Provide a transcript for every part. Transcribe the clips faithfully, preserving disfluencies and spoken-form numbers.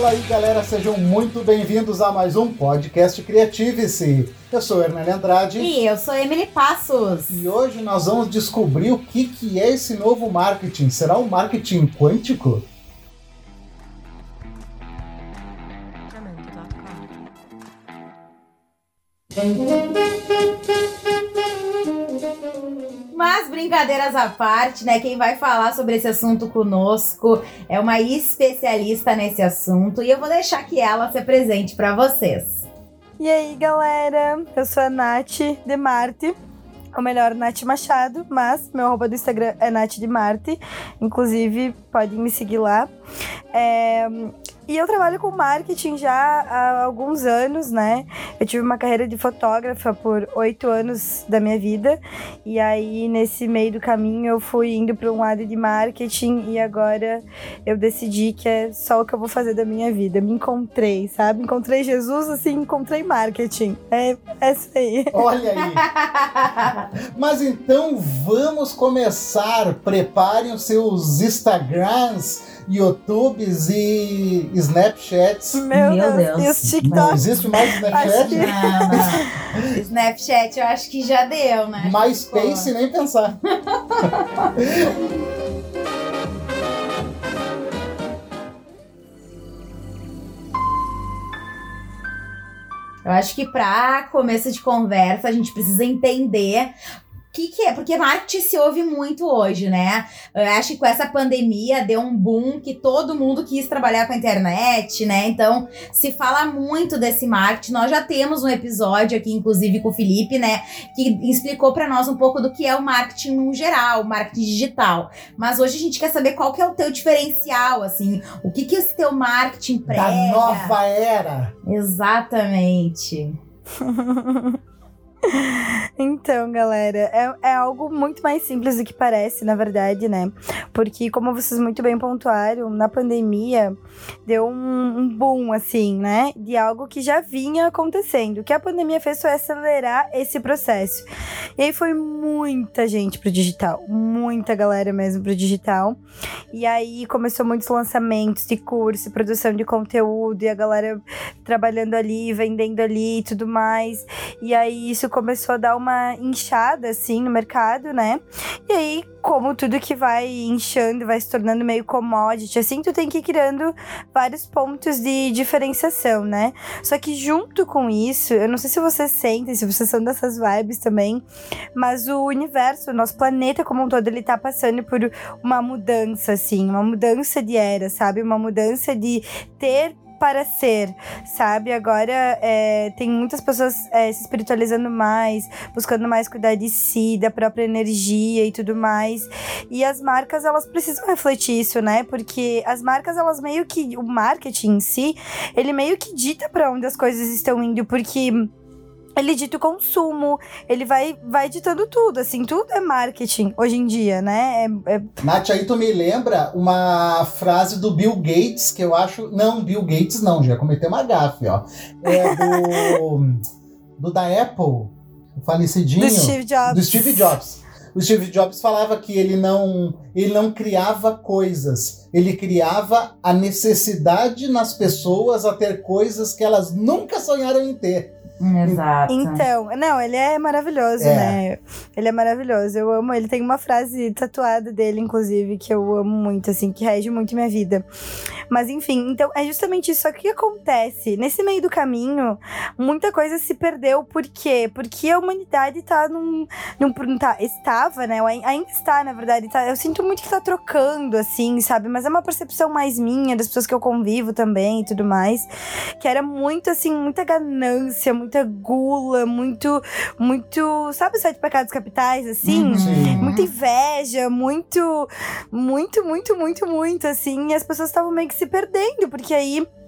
aí, galera, sejam muito bem-vindos a mais um podcast Creative-se. Eu sou Hernani Andrade. E eu sou Emily Passos. E hoje nós vamos descobrir o que, que é esse novo marketing. Será um marketing quântico? Mas brincadeiras à parte, né? Quem vai falar sobre esse assunto conosco é uma especialista nesse assunto e eu vou deixar que ela se apresente para vocês. E aí, galera? Eu sou a Nath de Marte, ou melhor, Nath Machado, mas meu arroba do Instagram é Nath de Marte. Inclusive, podem me seguir lá. É... E eu trabalho com marketing já há alguns anos, né? Eu tive uma carreira de fotógrafa por oito anos da minha vida. E aí, nesse meio do caminho, eu fui indo para um lado de marketing. E agora eu decidi que é só o que eu vou fazer da minha vida. Me encontrei, sabe? Encontrei Jesus, assim, encontrei marketing. É, é isso aí. Olha aí! Mas então, vamos começar. Preparem os seus Instagrams, YouTubes e Snapchats. Meu, Meu Deus. Deus. E os TikToks. Não existe mais Snapchat? Que... Não, não. Snapchat eu acho que já deu, né? MySpace nem pensar. Eu acho que para começo de conversa a gente precisa entender o que, que é, porque marketing se ouve muito hoje, né? Eu acho que com essa pandemia deu um boom que todo mundo quis trabalhar com a internet, né? Então, se fala muito desse marketing. Nós já temos um episódio aqui, inclusive com o Felipe, né? Que explicou para nós um pouco do que é o marketing no geral, o marketing digital. Mas hoje a gente quer saber qual que é o teu diferencial, assim. O que que esse teu marketing prega? Da nova era. Exatamente. Então, galera, é, é algo muito mais simples do que parece, na verdade, né? Porque, como vocês muito bem pontuaram, na pandemia deu um, um boom, assim, né? De algo que já vinha acontecendo. O que a pandemia fez foi acelerar esse processo. E aí foi muita gente pro digital, muita galera mesmo pro digital. E aí começou muitos lançamentos de curso, produção de conteúdo, e a galera trabalhando ali, vendendo ali e tudo mais. E aí isso começou a dar uma inchada, assim, no mercado, né? E aí, como tudo que vai inchando, vai se tornando meio commodity, assim, tu tem que ir criando vários pontos de diferenciação, né? Só que junto com isso, eu não sei se vocês sentem, se vocês são dessas vibes também, mas o universo, o nosso planeta como um todo, ele tá passando por uma mudança, assim, uma mudança de era, sabe? Uma mudança de ter para ser, sabe? Agora é, tem muitas pessoas é, se espiritualizando mais, buscando mais cuidar de si, da própria energia e tudo mais. E as marcas, elas precisam refletir isso, né? Porque as marcas, elas meio que... O marketing em si, ele meio que dita para onde as coisas estão indo, porque ele dita o consumo, ele vai, vai ditando tudo, assim, tudo é marketing hoje em dia, né? É, é... Nath, aí tu me lembra uma frase do Bill Gates, que eu acho... Não, Bill Gates não, já cometeu uma gafe, ó. É do... do da Apple, o falecidinho... Do Steve Jobs. Do Steve Jobs. O Steve Jobs falava que ele não, ele não criava coisas, ele criava a necessidade nas pessoas a ter coisas que elas nunca sonharam em ter. Exato. Então, não, ele é maravilhoso, é. né? Ele é maravilhoso, eu amo. Ele tem uma frase tatuada dele, inclusive, que eu amo muito, assim, que rege muito minha vida. Mas, enfim, então, é justamente isso. Só que o que acontece? Nesse meio do caminho, muita coisa se perdeu. Por quê? Porque a humanidade tá num... num tá, estava, né? Ainda está, na verdade. Tá, eu sinto muito que tá trocando, assim, sabe? Mas é uma percepção mais minha, das pessoas que eu convivo também e tudo mais. Que era muito, assim, muita ganância, muita gula, muito, muito, sabe os sete pecados capitais, assim? Sim. Muita inveja, muito, muito, muito, muito, muito, assim, e as pessoas estavam meio que se perdendo, porque aí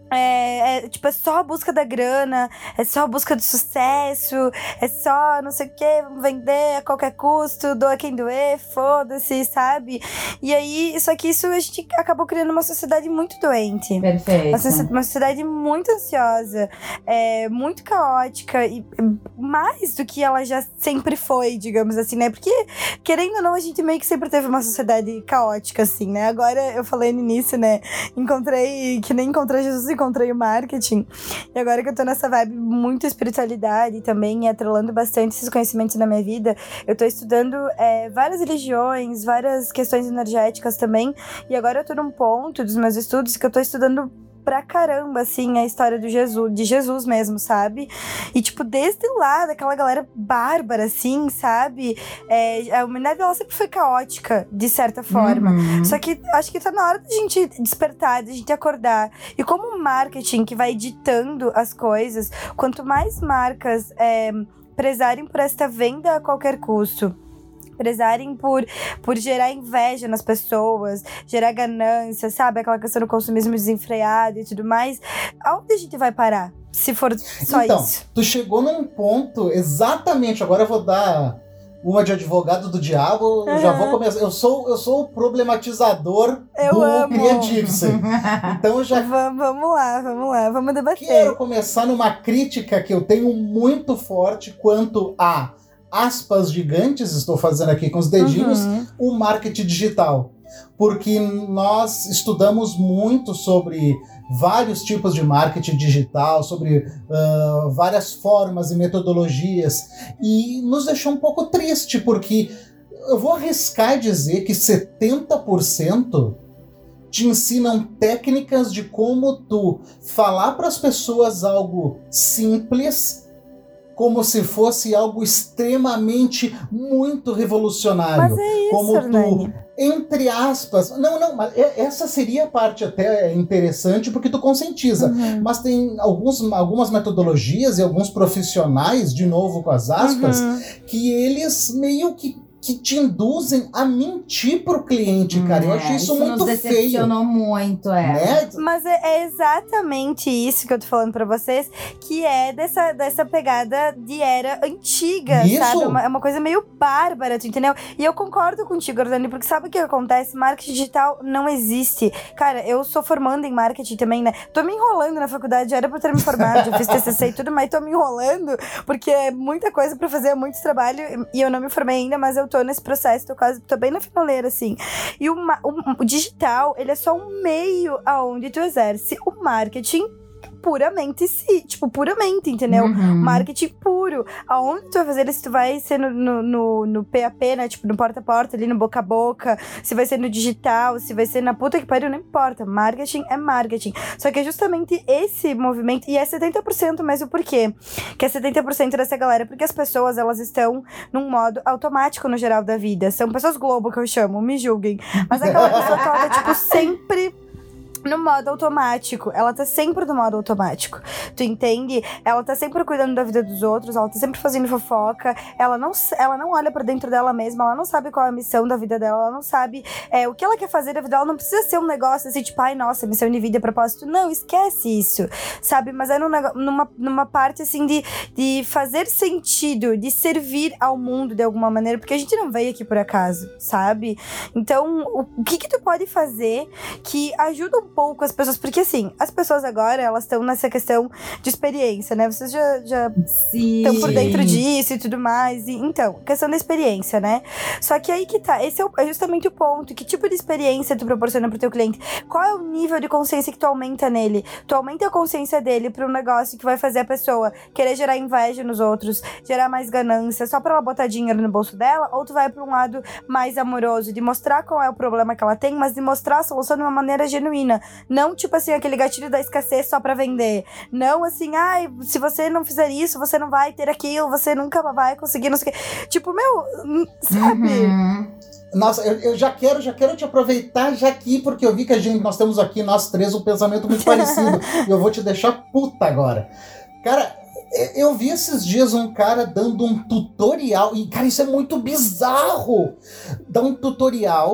É, é, tipo, é só a busca da grana, é só a busca do sucesso, é só não sei o que, vamos vender a qualquer custo, doa quem doer, foda-se, sabe? E aí, só que isso a gente acabou criando uma sociedade muito doente. Perfeito. Uma, uma sociedade muito ansiosa, é, muito caótica, e mais do que ela já sempre foi, digamos assim, né? Porque, querendo ou não, a gente meio que sempre teve uma sociedade caótica, assim, né? Agora, eu falei no início, né? Encontrei, que nem encontrei Jesus, encontrei o marketing. E agora que eu tô nessa vibe muito espiritualidade também, e atrelando bastante esses conhecimentos na minha vida, eu tô estudando é, várias religiões, várias questões energéticas também. E agora eu tô num ponto dos meus estudos que eu tô estudando pra caramba, assim, a história do Jesus, de Jesus mesmo, sabe? E, tipo, desde lá, daquela galera bárbara, assim, sabe? É, a humanidade, ela sempre foi caótica, de certa forma. Uhum. Só que acho que tá na hora da gente despertar, da gente acordar. E como o marketing que vai ditando as coisas, quanto mais marcas é, prezarem por esta venda a qualquer custo, prezarem por, por gerar inveja nas pessoas, gerar ganância, sabe? Aquela questão do consumismo desenfreado e tudo mais. Aonde a gente vai parar, se for só então, isso? Tu chegou num ponto, exatamente, agora eu vou dar uma de advogado do diabo, uhum. já vou começar. Eu sou, eu sou o problematizador eu do amo. Creativity. Então já... Vamos, vamos lá, vamos lá, vamos debater. Quero começar numa crítica que eu tenho muito forte quanto a aspas gigantes, estou fazendo aqui com os dedinhos, uhum. o marketing digital. Porque nós estudamos muito sobre vários tipos de marketing digital, sobre uh, várias formas e metodologias, e nos deixou um pouco triste, porque eu vou arriscar dizer que setenta por cento te ensinam técnicas de como tu falar para as pessoas algo simples, como se fosse algo extremamente muito revolucionário. Mas é isso, como tu, Hernani. Entre aspas... Não, não, mas essa seria a parte até interessante, porque tu conscientiza. Uhum. Mas tem alguns, algumas metodologias e alguns profissionais, de novo com as aspas, uhum. que eles meio que que te induzem a mentir pro cliente, cara. Eu é, acho isso, isso muito nos decepcionou feio. muito, é. Né? Mas é, é exatamente isso que eu tô falando pra vocês, que é dessa, dessa pegada de era antiga, isso? sabe? É uma, é uma coisa meio bárbara, tu entendeu? E eu concordo contigo, Ordani, porque sabe o que acontece? Marketing digital não existe. Cara, eu sou formanda em marketing também, né? Tô me enrolando na faculdade, já era pra ter me formado, já fiz T C C e tudo, mas tô me enrolando, porque é muita coisa pra fazer, é muito trabalho, e eu não me formei ainda, mas eu tô nesse processo, tô quase, tô bem na finaleira, assim. E o, o, o digital, ele é só um meio aonde tu exerce o marketing puramente si, tipo, puramente, entendeu? Uhum. Marketing puro. Aonde tu vai fazer isso? Tu vai ser no, no, no, no P A P, né? Tipo, no porta a porta, ali no boca a boca, se vai ser no digital, se vai ser na puta que pariu, não importa. Marketing é marketing. Só que é justamente esse movimento, e é setenta por cento, mas o porquê? Que é setenta por cento dessa galera, porque as pessoas, elas estão num modo automático no geral da vida. São pessoas globo, que eu chamo, me julguem. Mas é aquela pessoa que ela tá, tipo, sempre no modo automático. Ela tá sempre no modo automático. Tu entende? Ela tá sempre cuidando da vida dos outros, ela tá sempre fazendo fofoca, ela não, ela não olha pra dentro dela mesma, ela não sabe qual é a missão da vida dela, ela não sabe é, o que ela quer fazer da vida dela. Não precisa ser um negócio assim, tipo, ai, nossa, missão de vida, propósito. Não, esquece isso, sabe? Mas é num, numa, numa parte, assim, de, de fazer sentido, de servir ao mundo de alguma maneira, porque a gente não veio aqui por acaso, sabe? Então, o, o que que tu pode fazer que ajuda um pouco as pessoas, porque assim, as pessoas agora, elas estão nessa questão de experiência, né? Vocês já, já estão por dentro disso e tudo mais, e, então, questão da experiência, né? Só que aí que tá, esse é, o, é justamente o ponto, que tipo de experiência tu proporciona pro teu cliente? Qual é o nível de consciência que tu aumenta nele? Tu aumenta a consciência dele pra um negócio que vai fazer a pessoa querer gerar inveja nos outros, gerar mais ganância, só pra ela botar dinheiro no bolso dela, ou tu vai pra um lado mais amoroso, de mostrar qual é o problema que ela tem, mas de mostrar a solução de uma maneira genuína. Não, tipo assim, aquele gatilho da escassez só pra vender. Não, assim, ai, se você não fizer isso, você não vai ter aquilo, você nunca vai conseguir, não sei o quê. Tipo, meu, sabe? Uhum. Nossa, eu, eu já quero, já quero te aproveitar já aqui, porque eu vi que a gente, nós temos aqui, nós três, um pensamento muito parecido. E eu vou te deixar puta agora. Cara, eu vi esses dias um cara dando um tutorial, e cara, isso é muito bizarro. Dá um tutorial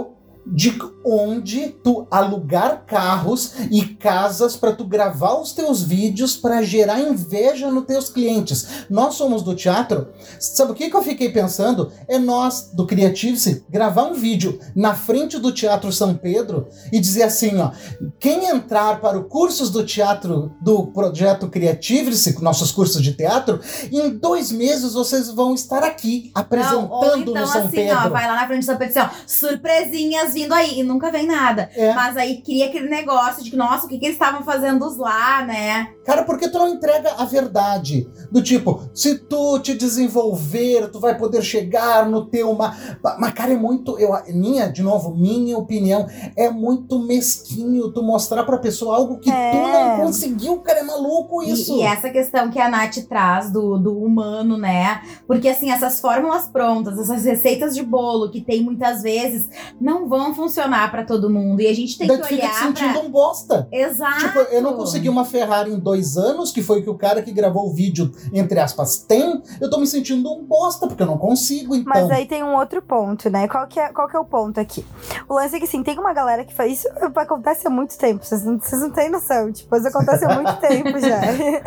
de onde tu alugar carros e casas para tu gravar os teus vídeos para gerar inveja nos teus clientes. Nós somos do teatro. Sabe o que, que eu fiquei pensando? É nós, do Creative-se, gravar um vídeo na frente do Teatro São Pedro e dizer assim, ó, quem entrar para o cursos do teatro do projeto Creative-se, nossos cursos de teatro, em dois meses vocês vão estar aqui apresentando Não, ou então, no São assim, Pedro. ó, vai lá na frente do São Pedro assim, ó, surpresinhas vindo aí, e nunca vem nada. É. Mas aí cria aquele negócio de que, nossa, o que, que eles estavam fazendo lá, né? Cara, por que tu não entrega a verdade? Do tipo, se tu te desenvolver, tu vai poder chegar no teu... Uma... Mas, cara, é muito... Eu, minha, de novo, minha opinião, é muito mesquinho tu mostrar pra pessoa algo que É. tu não conseguiu, cara, é maluco isso. E, e essa questão que a Nath traz do, do humano, né? Porque, assim, essas fórmulas prontas, essas receitas de bolo que tem muitas vezes, não vão funcionar pra todo mundo. E a gente tem Daí que tu fica te olhar sentindo pra... um bosta. Exato. Tipo, eu não consegui uma Ferrari em dois anos, que foi que o cara que gravou o vídeo, entre aspas, tem. Eu tô me sentindo um bosta, porque eu não consigo, então. Mas aí tem um outro ponto, né? Qual que é, qual que é o ponto aqui? O lance é que, assim, tem uma galera que faz isso, acontece há muito tempo, vocês não, vocês não têm noção, tipo, isso acontece há muito tempo já.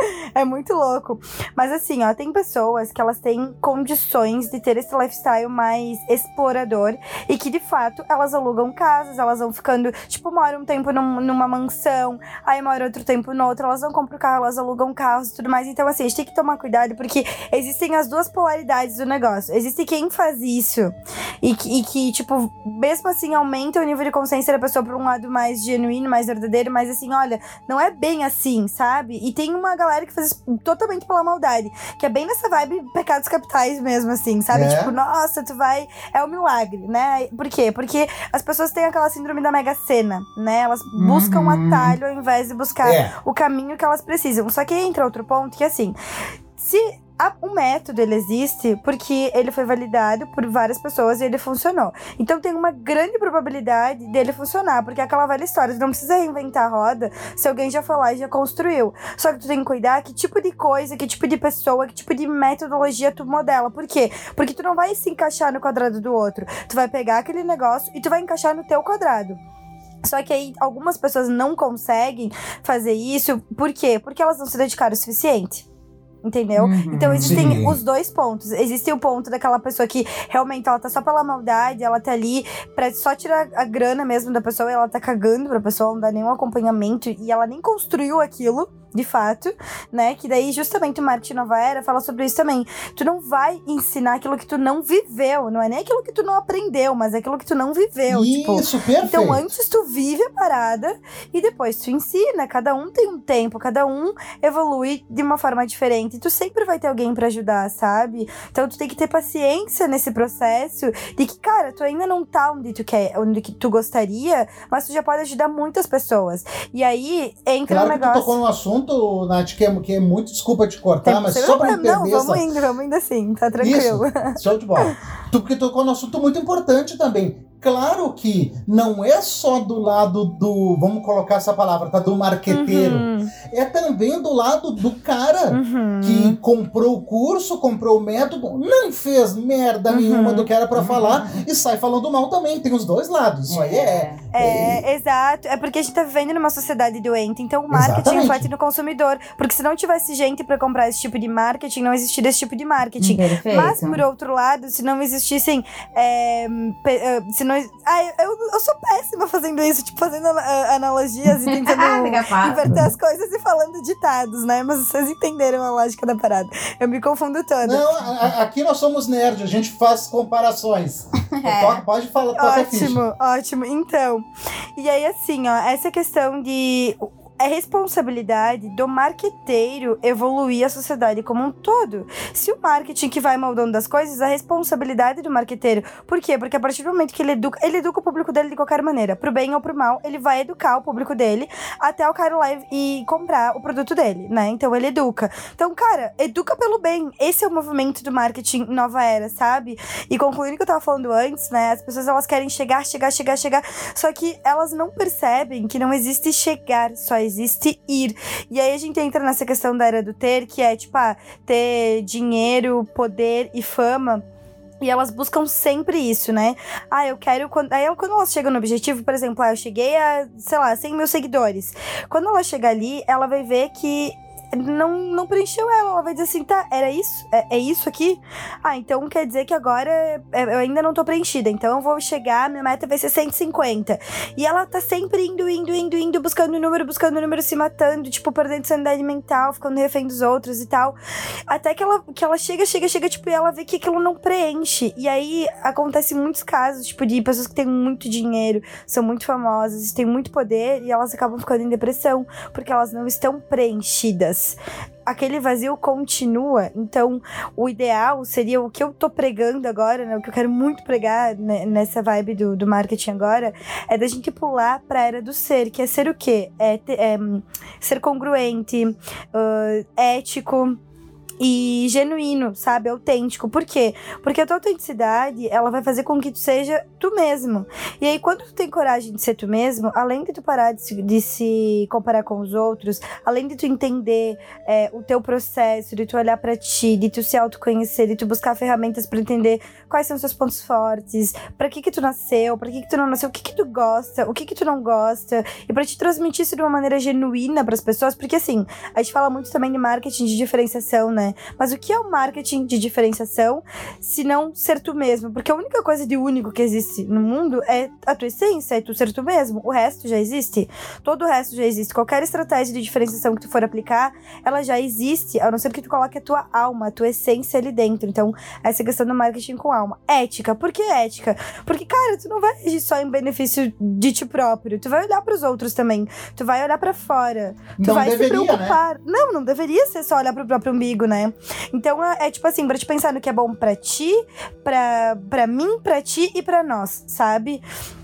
É muito louco. Mas assim, ó, tem pessoas que elas têm condições de ter esse lifestyle mais explorador e que, de fato, elas alugam casas, elas vão ficando, tipo, moram um tempo num, numa mansão, aí moram outro tempo noutra, elas não compram carro, elas alugam carros e tudo mais. Então, assim, a gente tem que tomar cuidado porque existem as duas polaridades do negócio. Existe quem faz isso e que, e que, tipo, mesmo assim, aumenta o nível de consciência da pessoa pra um lado mais genuíno, mais verdadeiro, mas assim, olha, não é bem assim, sabe? E tem uma galera que faz isso totalmente pela maldade, que é bem nessa vibe pecados capitais mesmo, assim, sabe? É. Tipo, nossa, tu vai... É um milagre, né? Por quê? Porque as pessoas têm aquela síndrome da Mega Sena, né? Elas buscam um Uhum. atalho ao invés de buscar É. o caminho que elas precisam. Só que entra outro ponto que, assim, se a, o método, ele existe porque ele foi validado por várias pessoas e ele funcionou. Então tem uma grande probabilidade dele funcionar, porque é aquela velha história, tu não precisa reinventar a roda se alguém já foi lá e já construiu. Só que tu tem que cuidar que tipo de coisa, que tipo de pessoa, que tipo de metodologia tu modela. Por quê? Porque tu não vai se encaixar no quadrado do outro. Tu vai pegar aquele negócio e tu vai encaixar no teu quadrado. Só que aí algumas pessoas não conseguem fazer isso. Por quê? Porque elas não se dedicaram o suficiente. Entendeu? Uhum. Então existem Sim. os dois pontos. Existe o ponto daquela pessoa que realmente ela tá só pela maldade, ela tá ali pra só tirar a grana mesmo da pessoa, e ela tá cagando pra pessoa, não dá nenhum acompanhamento e ela nem construiu aquilo, de fato, né? Que daí justamente o Marketing Nova Era fala sobre isso também. Tu não vai ensinar aquilo que tu não viveu, não é nem aquilo que tu não aprendeu, mas é aquilo que tu não viveu. Tipo, Isso, perfeito. então, antes tu vive a parada e depois tu ensina. Cada um tem um tempo, cada um evolui de uma forma diferente. E tu sempre vai ter alguém pra ajudar, sabe? Então, tu tem que ter paciência nesse processo de que, cara, tu ainda não tá onde tu quer, onde que tu gostaria, mas tu já pode ajudar muitas pessoas. E aí, entra Claro um que tu negócio... tocou num assunto, Nath, que é, que é muito... Desculpa te cortar, Tem- mas você só não, pra me não, perder vamos essa... indo, vamos indo assim, tá tranquilo. Isso, show de bola. Tu, porque tocou num assunto muito importante também. Claro que não é só do lado do... Vamos colocar essa palavra, tá? Do marqueteiro. Uhum, É também do lado do cara uhum. que comprou o curso, comprou o método, não fez merda Uhum. nenhuma do que era pra Uhum. falar e sai falando mal também. Tem os dois lados. Isso aí é... É, exato. É porque a gente tá vivendo numa sociedade doente. Então o marketing Exatamente. reflete no consumidor. Porque se não tivesse gente pra comprar esse tipo de marketing, não existiria esse tipo de marketing. Perfeito. Mas, por outro lado, se não existissem. É, pe- é, se não, ai, eu, eu sou péssima fazendo isso, tipo, fazendo ana- analogias e tentando Ah, fica fácil. inverter as coisas e falando ditados, né? Mas vocês entenderam a lógica da parada. Eu me confundo toda. Não, a- a- aqui nós somos nerds, a gente faz comparações. É. Pode, pode falar, toca a ficha. Ótimo, ótimo. Então, e aí assim, ó, essa questão de... É responsabilidade do marqueteiro evoluir a sociedade como um todo. Se o marketing que vai moldando as coisas, a responsabilidade do marqueteiro. Por quê? Porque a partir do momento que ele educa, ele educa o público dele de qualquer maneira, pro bem ou pro mal, ele vai educar o público dele até o cara ir lá e comprar o produto dele, né? Então ele educa. Então, cara, educa pelo bem. Esse é o movimento do marketing nova era, sabe? E concluindo o que eu tava falando antes, né? As pessoas, elas querem chegar, chegar, chegar, chegar, só que elas não percebem que não existe chegar, só existe ir. E aí a gente entra nessa questão da era do ter, que é, tipo, ah, ter dinheiro, poder e fama. E elas buscam sempre isso, né? Ah, eu quero... Quando, aí quando elas chegam no objetivo, por exemplo, ah, eu cheguei a, sei lá, cem mil seguidores. Quando ela chega ali, ela vai ver que não, não preencheu ela. Ela vai dizer assim, tá, era isso? É, é isso aqui? Ah, então quer dizer que agora é, eu ainda não tô preenchida. Então eu vou chegar, minha meta vai ser cento e cinquenta. E ela tá sempre indo, indo, indo, indo, buscando número, buscando número, se matando, tipo, perdendo sanidade mental, ficando refém dos outros e tal. Até que ela, que ela chega, chega, chega, tipo, e ela vê que aquilo não preenche. E aí acontece muitos casos, tipo, de pessoas que têm muito dinheiro, são muito famosas, têm muito poder, e elas acabam ficando em depressão, porque elas não estão preenchidas. Aquele vazio continua. Então, o ideal seria o que eu tô pregando agora, né? O que eu quero muito pregar né, nessa vibe do, do marketing agora, é da gente pular pra era do ser, que é ser o quê? É, ter, é ser congruente, uh, ético e genuíno, sabe? Autêntico. Por quê? Porque a tua autenticidade, ela vai fazer com que tu seja tu mesmo. E aí, quando tu tem coragem de ser tu mesmo, além de tu parar de se, de se comparar com os outros, além de tu entender é, o teu processo, de tu olhar pra ti, de tu se autoconhecer, de tu buscar ferramentas pra entender quais são os seus pontos fortes, pra que que tu nasceu, pra que que tu não nasceu, o que que tu gosta, o que que tu não gosta, e pra te transmitir isso de uma maneira genuína pras pessoas, porque assim, a gente fala muito também de marketing de diferenciação, né? Mas o que é o marketing de diferenciação se não ser tu mesmo? Porque a única coisa de único que existe no mundo é a tua essência, é tu ser tu mesmo. O resto já existe. Todo o resto já existe. Qualquer estratégia de diferenciação que tu for aplicar, ela já existe, a não ser que tu coloque a tua alma, a tua essência ali dentro. Então, essa questão do marketing com alma. Ética. Por que ética? Porque, cara, tu não vai agir só em benefício de ti próprio. Tu vai olhar pros outros também. Tu vai olhar pra fora. Tu não vai deveria, se preocupar. Né? Não, não deveria ser só olhar pro próprio umbigo, né? Então, é, é tipo assim, pra te pensar no que é bom pra ti, pra, pra mim, pra ti e pra nós, sabe?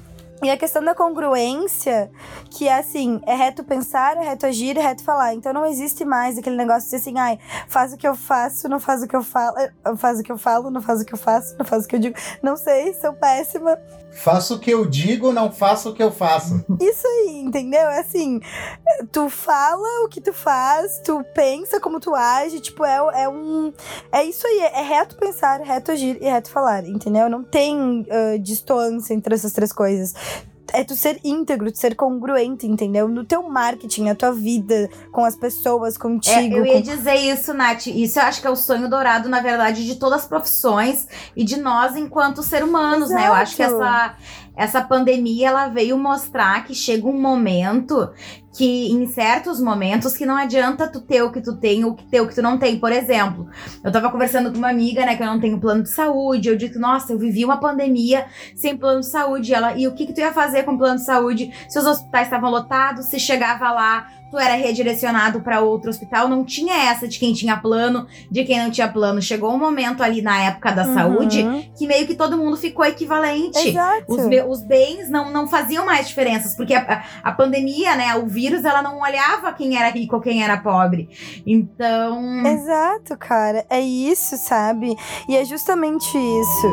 E a questão da congruência, que é assim, é reto pensar, é reto agir, é reto falar. Então não existe mais aquele negócio de assim, ai, faz o que eu faço, não faz o que eu falo, faz o que eu falo, não faz o que eu faço, não faz o que eu digo. Não sei, sou péssima. Faço o que eu digo, não faço o que eu faço. Isso aí, entendeu? É assim, tu fala o que tu faz, tu pensa como tu age, tipo, é, é um... É isso aí, é reto pensar, reto agir e reto falar, entendeu? Não tem uh, distância entre essas três coisas. É tu ser íntegro, tu ser congruente, entendeu? No teu marketing, na tua vida, com as pessoas, contigo. É, eu ia com... dizer isso, Nath. Isso eu acho que é o sonho dourado, na verdade, de todas as profissões e de nós enquanto ser humanos, Exato. né? Eu acho que essa, essa pandemia, ela veio mostrar que chega um momento que, em certos momentos, que não adianta tu ter o que tu tem ou ter o que tu não tem. Por exemplo, eu tava conversando com uma amiga, né, que eu não tenho plano de saúde. Eu digo, nossa, eu vivi uma pandemia sem plano de saúde. E, ela, e o que que tu ia fazer com plano de saúde se os hospitais estavam lotados, se chegava lá, tu era redirecionado para outro hospital? Não tinha essa de quem tinha plano, de quem não tinha plano. Chegou um momento ali na época da Uhum. saúde que meio que todo mundo ficou equivalente. Exato. Os, be- os bens não, não faziam mais diferenças, porque a, a pandemia, né, o vírus, ela não olhava quem era rico ou quem era pobre. Então... Exato, cara. É isso, sabe? E é justamente isso.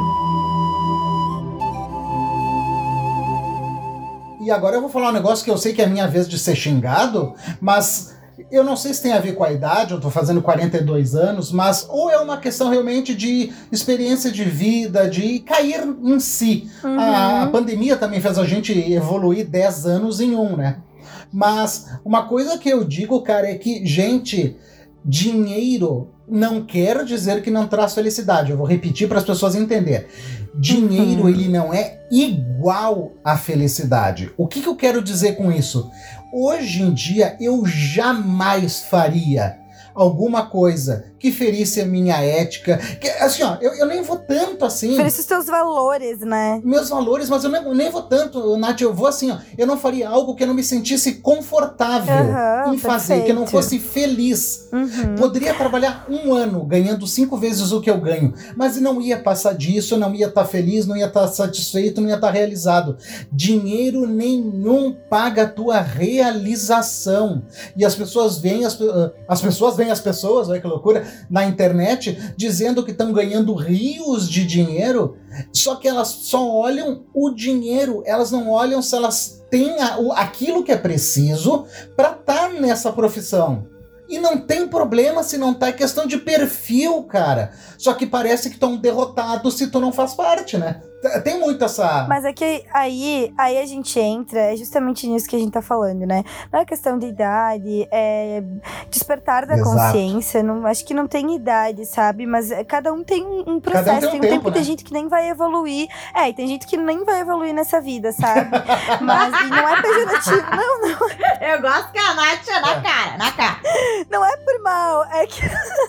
E agora eu vou falar um negócio que eu sei que é a minha vez de ser xingado, mas eu não sei se tem a ver com a idade, eu tô fazendo quarenta e dois anos, mas ou é uma questão realmente de experiência de vida, de cair em si. Uhum. A, a pandemia também fez a gente evoluir dez anos em um, né? Mas uma coisa que eu digo, cara, é que, gente, dinheiro não quer dizer que não traz felicidade. Eu vou repetir para as pessoas entenderem. Dinheiro, uhum. ele não é igual à felicidade. O que, que eu quero dizer com isso? Hoje em dia, eu jamais faria alguma coisa que ferisse a minha ética. Que, assim, ó, eu, eu nem vou tanto assim... Ferisse os teus valores, né? Meus valores, mas eu nem, eu nem vou tanto, Nath, eu vou assim, ó, eu não faria algo que eu não me sentisse confortável uhum, em fazer, perfeito. que eu não fosse feliz. Uhum. Poderia trabalhar um ano ganhando cinco vezes o que eu ganho, mas não ia passar disso, eu não ia estar feliz, não ia estar satisfeito, não ia estar realizado. Dinheiro nenhum paga a tua realização. E as pessoas veem, as, as pessoas veem as pessoas, olha que loucura, na internet, dizendo que estão ganhando rios de dinheiro, só que elas só olham o dinheiro, elas não olham se elas têm a, o, aquilo que é preciso para estar nessa profissão. E não tem problema se não tá, é questão de perfil, cara. Só que parece que tu é um derrotado se tu não faz parte, né? Tem muito essa... Mas é que aí, aí a gente entra, é justamente nisso que a gente tá falando, né? Não é questão de idade, é despertar da Exato. consciência. Não, acho que não tem idade, sabe? Mas cada um tem um, um processo. Um tem um tem um tempo, tempo, né? tem gente que nem vai evoluir. É, e tem gente que nem vai evoluir nessa vida, sabe? Mas e não é pejorativo, não, não. Eu gosto que a Nath é na cara, na cara. Não é por mal, é que...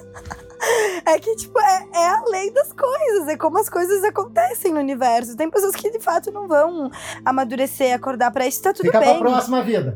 É que, tipo, é, é a lei das coisas, é como as coisas acontecem no universo. Tem pessoas que, de fato, não vão amadurecer, acordar pra isso, tá tudo Fica bem. pra próxima vida.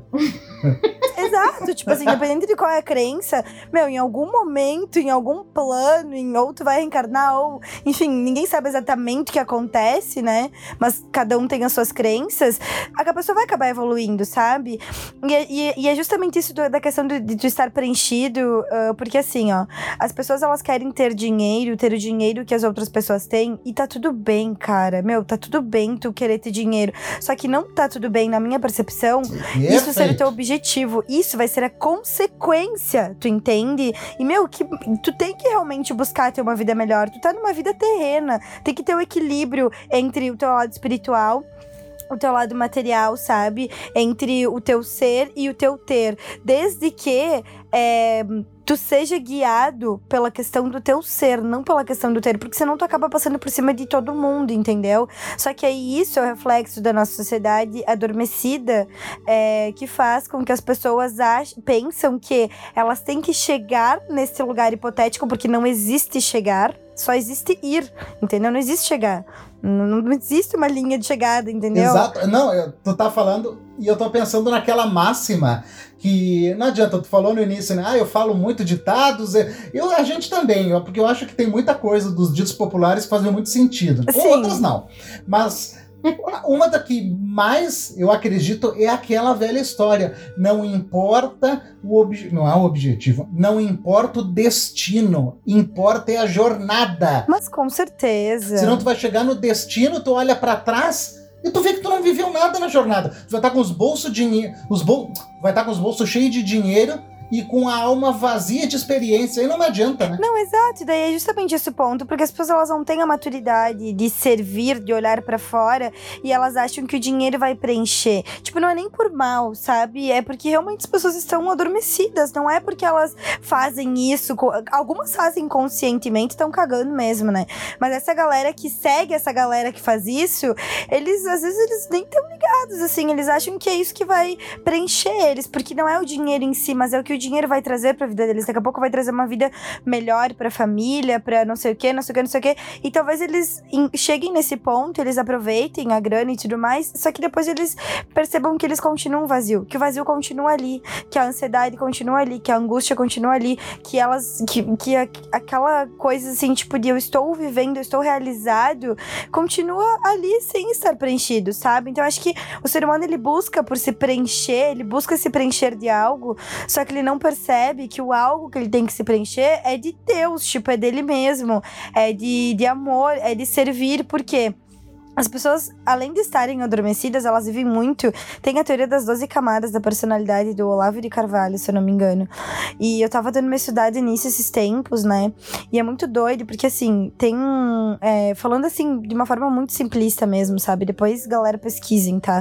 Exato, tipo assim, independente de qual é a crença, meu, em algum momento, em algum plano, em ou tu vai reencarnar, ou, enfim, ninguém sabe exatamente o que acontece, né? Mas cada um tem as suas crenças, a pessoa vai acabar evoluindo, sabe? E, e, e é justamente isso do, da questão de, de estar preenchido, uh, porque assim, ó, as pessoas, elas querem ter dinheiro, ter o dinheiro que as outras pessoas têm, e tá tudo bem, cara, meu, tá tudo bem tu querer ter dinheiro, só que não tá tudo bem, na minha percepção, Perfeito. isso ser o teu objetivo, isso vai ser a consequência, tu entende? E, meu, que tu tem que realmente buscar ter uma vida melhor, tu tá numa vida terrena, tem que ter o equilíbrio entre o teu lado espiritual, o teu lado material, sabe? Entre o teu ser e o teu ter, desde que é, tu seja guiado pela questão do teu ser, não pela questão do ter, porque senão tu acaba passando por cima de todo mundo, entendeu? Só que aí isso é o reflexo da nossa sociedade adormecida, é, que faz com que as pessoas ach- pensam que elas têm que chegar nesse lugar hipotético, porque não existe chegar, só existe ir, entendeu? Não existe chegar. Não, não existe uma linha de chegada, entendeu? Exato. Não, eu, tu tá falando e eu tô pensando naquela máxima que não adianta, tu falou no início, né? Ah, eu falo muito ditados. Eu, a gente também, ó, porque eu acho que tem muita coisa dos ditos populares que fazem muito sentido. Sim. Outras não. Mas uma da que mais eu acredito é aquela velha história. Não importa o objetivo. Não é o objetivo. Não importa o destino. Importa é a jornada. Mas com certeza. Senão tu vai chegar no destino, tu olha pra trás e tu vê que tu não viveu nada na jornada. Tu vai estar com os bolsos dinheiro, os bol... vai estar com os bolsos cheios de dinheiro e com a alma vazia de experiência. Aí não me adianta, né? Não, exato. E daí é justamente esse o ponto, porque as pessoas, elas não têm a maturidade de servir, de olhar pra fora, e elas acham que o dinheiro vai preencher. Tipo, não é nem por mal, sabe? É porque realmente as pessoas estão adormecidas. Não é porque elas fazem isso. Algumas fazem conscientemente, estão cagando mesmo, né? Mas essa galera que segue essa galera que faz isso, eles, às vezes, eles nem estão ligados, assim. Eles acham que é isso que vai preencher eles, porque não é o dinheiro em si, mas é o que o dinheiro vai trazer pra vida deles. Daqui a pouco vai trazer uma vida melhor pra família, pra não sei o que, não sei o que, não sei o que. E talvez eles em, cheguem nesse ponto, eles aproveitem a grana e tudo mais, só que depois eles percebam que eles continuam vazio, que o vazio continua ali, que a ansiedade continua ali, que a angústia continua ali, que elas, que, que a, aquela coisa assim, tipo de eu estou vivendo, eu estou realizado, continua ali sem estar preenchido, sabe? Então eu acho que o ser humano, ele busca por se preencher, ele busca se preencher de algo, só que ele não percebe que o algo que ele tem que se preencher é de Deus, tipo, é dele mesmo, é de, de amor, é de servir, porque as pessoas, além de estarem adormecidas, elas vivem muito. Tem a teoria das doze camadas da personalidade do Olavo de Carvalho, se eu não me engano. E eu tava dando uma estudada nisso esses tempos, né? E é muito doido, porque assim, tem... É, falando assim, de uma forma muito simplista mesmo, sabe? Depois, galera, pesquisem, tá?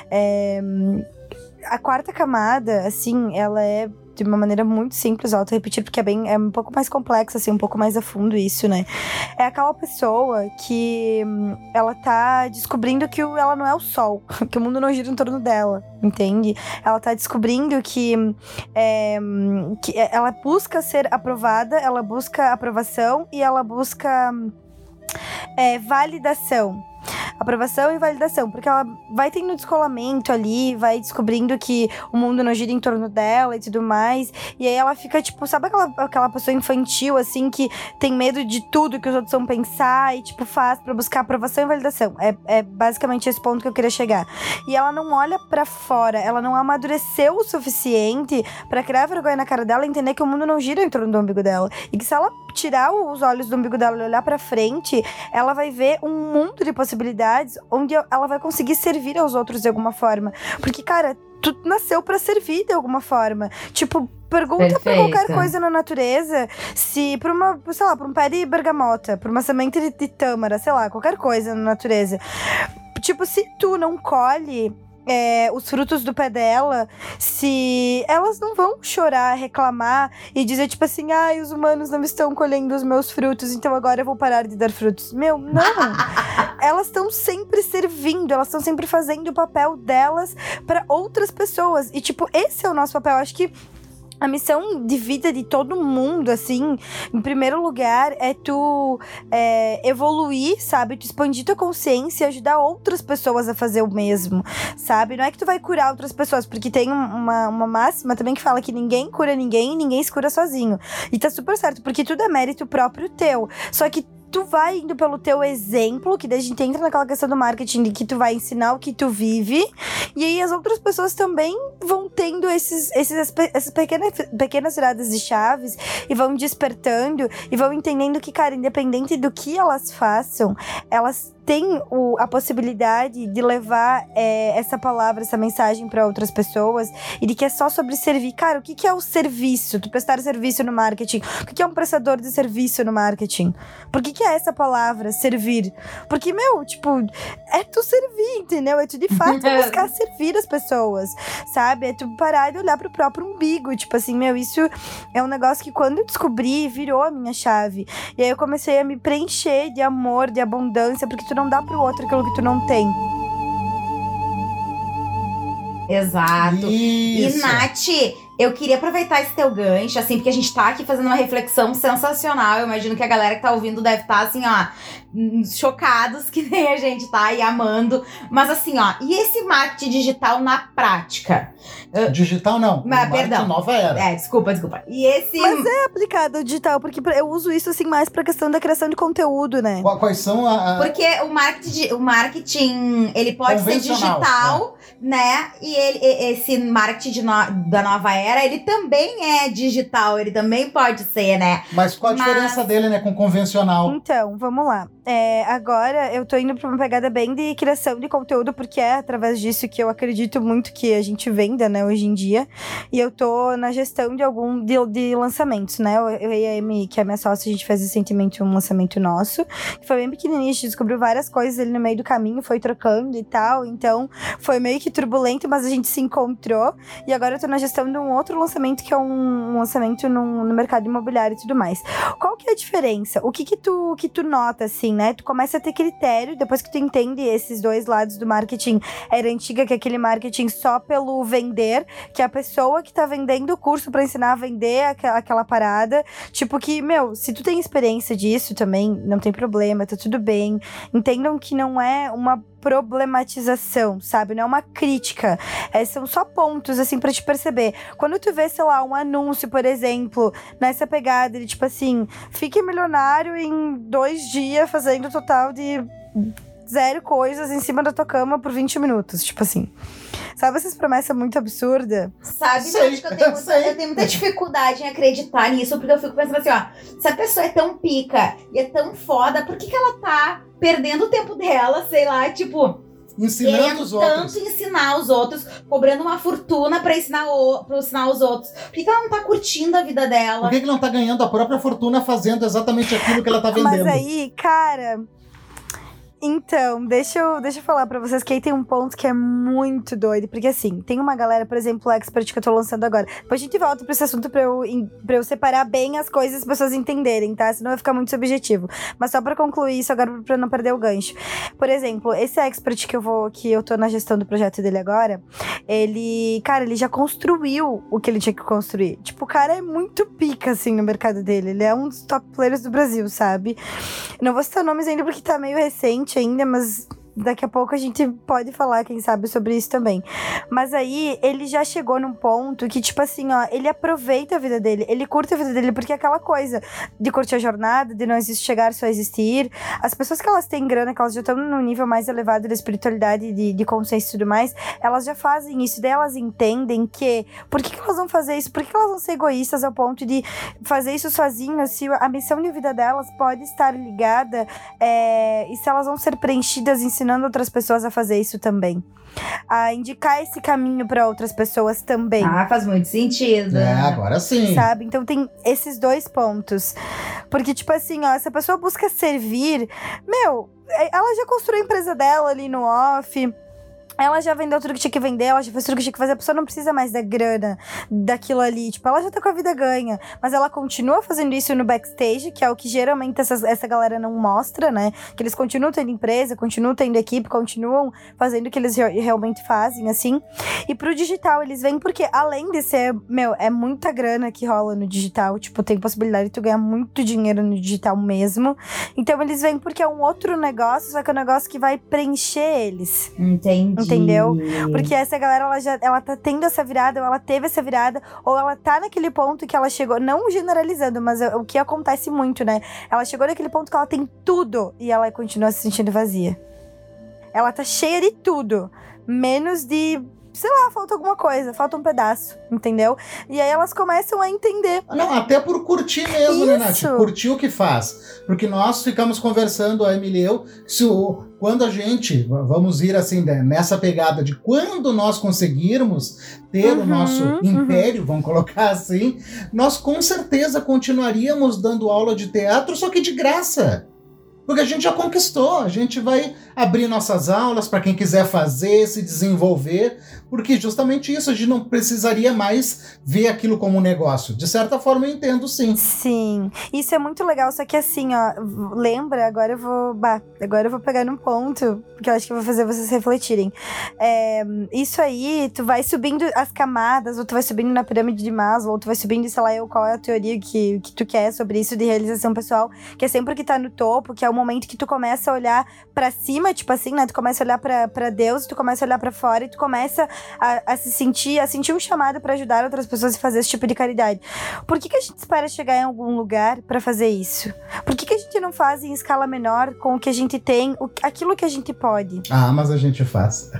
É, a quarta camada, assim, ela é de uma maneira muito simples, auto repetir, porque é bem, é um pouco mais complexo, assim, um pouco mais a fundo isso, né? É aquela pessoa que ela tá descobrindo que ela não é o sol, que o mundo não gira em torno dela, entende? Ela tá descobrindo que, é, que ela busca ser aprovada, ela busca aprovação e ela busca é, validação. Aprovação e validação, porque ela vai tendo descolamento ali, vai descobrindo que o mundo não gira em torno dela e tudo mais, e aí ela fica, tipo, sabe aquela, aquela pessoa infantil, assim, que tem medo de tudo que os outros vão pensar e, tipo, faz pra buscar aprovação e validação. É, é basicamente esse ponto que eu queria chegar. E ela não olha pra fora, ela não amadureceu o suficiente pra criar vergonha na cara dela e entender que o mundo não gira em torno do umbigo dela, e que se ela tirar os olhos do umbigo dela e olhar pra frente, ela vai ver um mundo de possibilidades onde ela vai conseguir servir aos outros de alguma forma. Porque, cara, tu nasceu pra servir de alguma forma. Tipo, Pergunta pra Perfeita. qualquer coisa na natureza, se pra uma, sei lá, pra um pé de bergamota, pra uma semente de, de tâmara, sei lá, qualquer coisa na natureza. Tipo, se tu não colhe é, os frutos do pé dela, se elas não vão chorar, reclamar e dizer, tipo assim, ai, os humanos não estão colhendo os meus frutos, então agora eu vou parar de dar frutos. Meu, não! Elas estão sempre servindo, elas estão sempre fazendo o papel delas pra outras pessoas. E, tipo, esse é o nosso papel. Acho que a missão de vida de todo mundo, assim, em primeiro lugar, é tu é, evoluir, sabe? Tu expandir tua consciência e ajudar outras pessoas a fazer o mesmo, sabe? Não é que tu vai curar outras pessoas, porque tem uma, uma máxima também que fala que ninguém cura ninguém e ninguém se cura sozinho. E tá super certo, porque tudo é mérito próprio teu. Só que tu vai indo pelo teu exemplo, que daí a gente entra naquela questão do marketing de que tu vai ensinar o que tu vive, e aí as outras pessoas também vão tendo esses, esses, essas pequenas, pequenas viradas de chaves e vão despertando e vão entendendo que, cara, independente do que elas façam, elas têm o, a possibilidade de levar é, essa palavra, essa mensagem para outras pessoas e de que é só sobre servir. Cara, o que, que é o serviço? Tu prestar serviço no marketing. O que, que é um prestador de serviço no marketing? Por que, que é essa palavra, servir? Porque, meu, tipo, é tu servir, entendeu? É tu, de fato, buscar servir as pessoas, sabe? É tu parar de olhar pro próprio umbigo. Tipo assim, meu, isso é um negócio que quando eu descobri, virou a minha chave. E aí eu comecei a me preencher de amor, de abundância, porque tu não dá pro outro aquilo que tu não tem. Exato. Isso. E, Nath, eu queria aproveitar esse teu gancho, assim, porque a gente tá aqui fazendo uma reflexão sensacional. Eu imagino que a galera que tá ouvindo deve estar, assim, ó, chocados, que nem a gente tá, e amando. Mas, assim, ó, e esse marketing digital na prática? Digital não, Mas, perdão. nova era. É, desculpa, desculpa. E esse... Mas é aplicado ao digital, porque eu uso isso, assim, mais pra questão da criação de conteúdo, né? Quais são a... a... Porque o marketing, o marketing, ele pode ser digital, é. né? E ele, esse marketing de no, da nova era, ele também é digital, ele também pode ser, né? Mas qual a Mas... diferença dele, né, com convencional? Então, vamos lá. É, agora eu tô indo pra uma pegada bem de criação de conteúdo, porque é através disso que eu acredito muito que a gente venda, né, hoje em dia. E eu tô na gestão de algum de, de lançamentos, né? Eu, eu e a Amy, que é minha sócia, a gente fez recentemente um lançamento nosso, que foi bem pequenininho, a gente descobriu várias coisas ali no meio do caminho, foi trocando e tal, então foi meio que turbulento, mas a gente se encontrou. E agora eu tô na gestão de um outro lançamento, que é um, um lançamento no, no mercado imobiliário e tudo mais. Qual que é a diferença? O que que tu, que tu nota, assim, né? Tu começa a ter critério, depois que tu entende esses dois lados do marketing, era antiga, que é aquele marketing só pelo vender, que é a pessoa que tá vendendo o curso pra ensinar a vender aquela, aquela parada, tipo que, meu, se tu tem experiência disso também, não tem problema, tá tudo bem. Entendam que não é uma problematização, sabe? Não é uma crítica. É, são só pontos, assim, pra te perceber. Quando tu vê, sei lá, um anúncio, por exemplo, nessa pegada de, tipo assim, fique milionário em dois dias fazendo um total de zero coisas em cima da tua cama por vinte minutos, tipo assim. Sabe essas promessas muito absurdas? Sabe, Sei, Nath, que eu tenho, muita, eu tenho muita dificuldade em acreditar nisso, porque eu fico pensando assim, ó, se a pessoa é tão pica e é tão foda, por que que ela tá perdendo o tempo dela, sei lá, tipo... Ensinando os outros. Tanto ensinar os outros, cobrando uma fortuna pra ensinar, o, pra ensinar os outros. Por que que ela não tá curtindo a vida dela? Por que que não tá ganhando a própria fortuna fazendo exatamente aquilo que ela tá vendendo? Mas aí, cara... Então, deixa eu, deixa eu falar pra vocês que aí tem um ponto que é muito doido. Porque assim, tem uma galera, por exemplo, o Expert que eu tô lançando agora. Depois a gente volta pra esse assunto pra eu, pra eu separar bem as coisas e as pessoas entenderem, tá? Senão vai ficar muito subjetivo. Mas só pra concluir isso agora, pra não perder o gancho. Por exemplo, esse Expert que eu vou, que eu tô na gestão do projeto dele agora, ele, cara, ele já construiu o que ele tinha que construir. Tipo, o cara é muito pica, assim, no mercado dele. Ele é um dos top players do Brasil, sabe? Não vou citar nomes ainda porque tá meio recente ainda, mas daqui a pouco a gente pode falar, quem sabe, sobre isso também. Mas aí, ele já chegou num ponto que, tipo assim, ó, ele aproveita a vida dele, ele curte a vida dele, porque é aquela coisa de curtir a jornada, de não existir chegar, só existir. As pessoas que elas têm grana, que elas já estão num nível mais elevado da espiritualidade, de, de consciência e tudo mais, elas já fazem isso, daí elas entendem que, por que que elas vão fazer isso? Por que que elas vão ser egoístas ao ponto de fazer isso sozinhas, se a missão de vida delas pode estar ligada, é, e se elas vão ser preenchidas, ensinando ensinando outras pessoas a fazer isso também. A indicar esse caminho para outras pessoas também. Ah, faz muito sentido. É, agora sim. Sabe? Então tem esses dois pontos. Porque, tipo assim, ó, se a pessoa busca servir, meu, ela já construiu a empresa dela ali no off. Ela já vendeu tudo que tinha que vender, ela já fez tudo que tinha que fazer, a pessoa não precisa mais da grana daquilo ali, tipo, ela já tá com a vida ganha, mas ela continua fazendo isso no backstage, que é o que geralmente essas, essa galera não mostra, né, que eles continuam tendo empresa, continuam tendo equipe, continuam fazendo o que eles re- realmente fazem, assim, e pro digital eles vêm porque, além de ser, meu, é muita grana que rola no digital, tipo, tem possibilidade de tu ganhar muito dinheiro no digital mesmo, então eles vêm porque é um outro negócio, só que é um negócio que vai preencher eles. Entendi. Entendeu? Porque essa galera, ela já ela tá tendo essa virada, ou ela teve essa virada, ou ela tá naquele ponto que ela chegou, não generalizando, mas o que acontece muito, né? Ela chegou naquele ponto que ela tem tudo e ela continua se sentindo vazia. Ela tá cheia de tudo, menos de, sei lá, falta alguma coisa, falta um pedaço, entendeu? E aí elas começam a entender. Não, até por curtir mesmo, né, Nath? Isso. Curtir o que faz. Porque nós ficamos conversando, a Emily e eu, se o, quando a gente, vamos ir assim, né, nessa pegada de quando nós conseguirmos ter Uhum, o nosso uhum. império, vamos colocar assim, nós com certeza continuaríamos dando aula de teatro, só que de graça. Porque a gente já conquistou, a gente vai abrir nossas aulas para quem quiser fazer, se desenvolver, porque justamente isso, a gente não precisaria mais ver aquilo como um negócio. De certa forma eu entendo, sim. Sim, isso é muito legal, só que assim, ó, lembra, agora eu vou, bah, agora eu vou pegar num ponto, que eu acho que vai fazer vocês refletirem. É, isso aí, tu vai subindo as camadas, ou tu vai subindo na pirâmide de Maslow, ou tu vai subindo, sei lá, eu, qual é a teoria que, que tu quer sobre isso de realização pessoal, que é sempre o que tá no topo, que é o momento que tu começa a olhar pra cima, tipo assim, né, tu começa a olhar pra, pra Deus, tu começa a olhar pra fora e tu começa a, a se sentir, a sentir um chamado pra ajudar outras pessoas a fazer esse tipo de caridade. Por que que a gente espera chegar em algum lugar pra fazer isso? Por que que a gente não faz em escala menor com o que a gente tem, o, aquilo que a gente pode? Ah, mas a gente faz.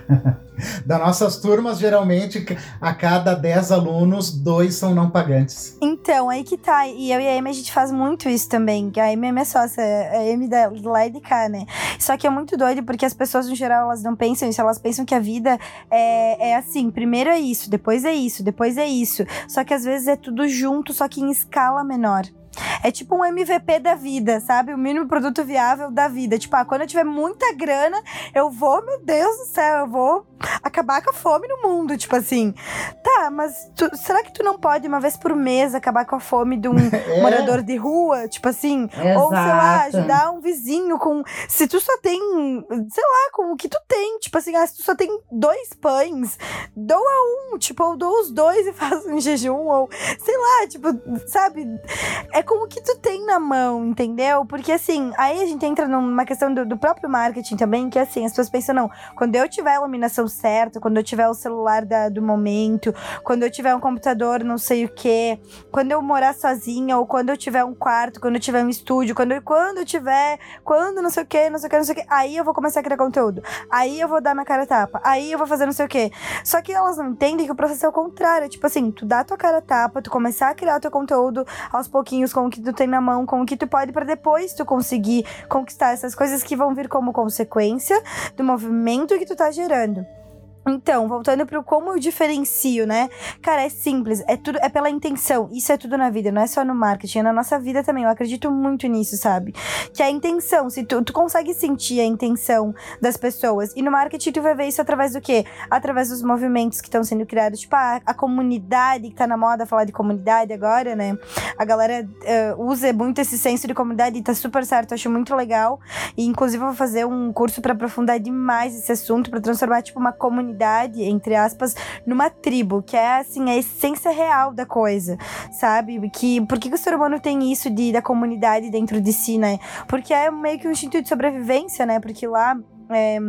Das nossas turmas, geralmente, a cada dez alunos, dois são não pagantes. Então, aí que tá. E eu e a Amy, a gente faz muito isso também. Que a Amy é minha sócia, a Amy da, lá e de cá, né? Só que é muito doido, porque as pessoas, no geral, elas não pensam isso. Elas pensam que a vida é, é assim, primeiro é isso, depois é isso, depois é isso. Só que às vezes é tudo junto, só que em escala menor. É tipo um M V P da vida, sabe? O mínimo produto viável da vida. Tipo, ah, quando eu tiver muita grana, eu vou, meu Deus do céu, eu vou acabar com a fome no mundo, tipo assim. Tá, mas tu, será que tu não pode, uma vez por mês, acabar com a fome de um É. morador de rua? Tipo assim, Exato. ou sei lá, ajudar um vizinho com... Se tu só tem, sei lá, com o que tu tem. Tipo assim, ah, se tu só tem dois pães, doa um, tipo, ou doa os dois e faz um jejum, ou sei lá, tipo, sabe? É com o que tu tem na mão, entendeu? Porque assim, aí a gente entra numa questão do, do próprio marketing também, que assim, as pessoas pensam, não, quando eu tiver a iluminação certa, quando eu tiver o celular da, do momento, quando eu tiver um computador não sei o que, quando eu morar sozinha, ou quando eu tiver um quarto, quando eu tiver um estúdio, quando eu, quando eu tiver, quando não sei o que, não sei o que, não sei o que, aí eu vou começar a criar conteúdo, aí eu vou dar minha cara a tapa, aí eu vou fazer não sei o que. Só que elas não entendem que o processo é o contrário, tipo assim, tu dá a tua cara a tapa, tu começar a criar o teu conteúdo aos pouquinhos, com o que tu tem na mão, com o que tu pode, pra depois tu conseguir conquistar essas coisas que vão vir como consequência do movimento que tu tá gerando. Então, voltando pro como eu diferencio, né? Cara, é simples, é tudo, é pela intenção. Isso é tudo na vida, não é só no marketing, é na nossa vida também. Eu acredito muito nisso, sabe? Que a intenção, se tu, tu consegue sentir a intenção das pessoas. E no marketing tu vai ver isso através do quê? Através dos movimentos que estão sendo criados. Tipo, a, a comunidade, que tá na moda falar de comunidade agora, né? A galera uh, usa muito esse senso de comunidade e tá super certo, eu acho muito legal. E inclusive eu vou fazer um curso pra aprofundar demais esse assunto, pra transformar, tipo, uma comunidade, entre aspas, numa tribo, que é, assim, a essência real da coisa, sabe? Que, por que, que o ser humano tem isso de, da comunidade dentro de si, né? Porque é meio que um instinto de sobrevivência, né? Porque lá... É,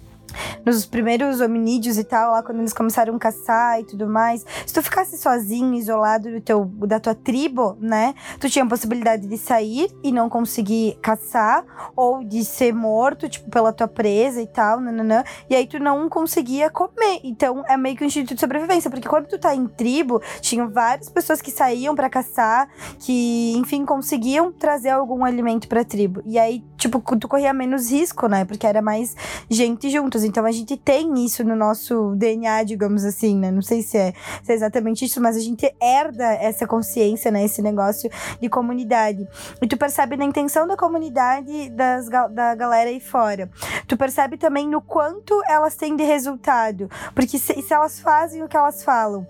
nos primeiros hominídeos e tal, lá quando eles começaram a caçar e tudo mais, se tu ficasse sozinho, isolado do teu, da tua tribo, né, tu tinha a possibilidade de sair e não conseguir caçar, ou de ser morto, tipo, pela tua presa e tal, nananã, e aí tu não conseguia comer. Então é meio que um instinto de sobrevivência, porque quando tu tá em tribo, tinham várias pessoas que saíam pra caçar, que, enfim, conseguiam trazer algum alimento pra tribo. E aí, tipo, tu corria menos risco, né? Porque era mais gente juntos. Então, a gente tem isso no nosso D N A, digamos assim, né? Não sei se é, se é exatamente isso, mas a gente herda essa consciência, né? Esse negócio de comunidade. E tu percebe na intenção da comunidade das, da galera aí fora. Tu percebe também no quanto elas têm de resultado. Porque se, se elas fazem o que elas falam,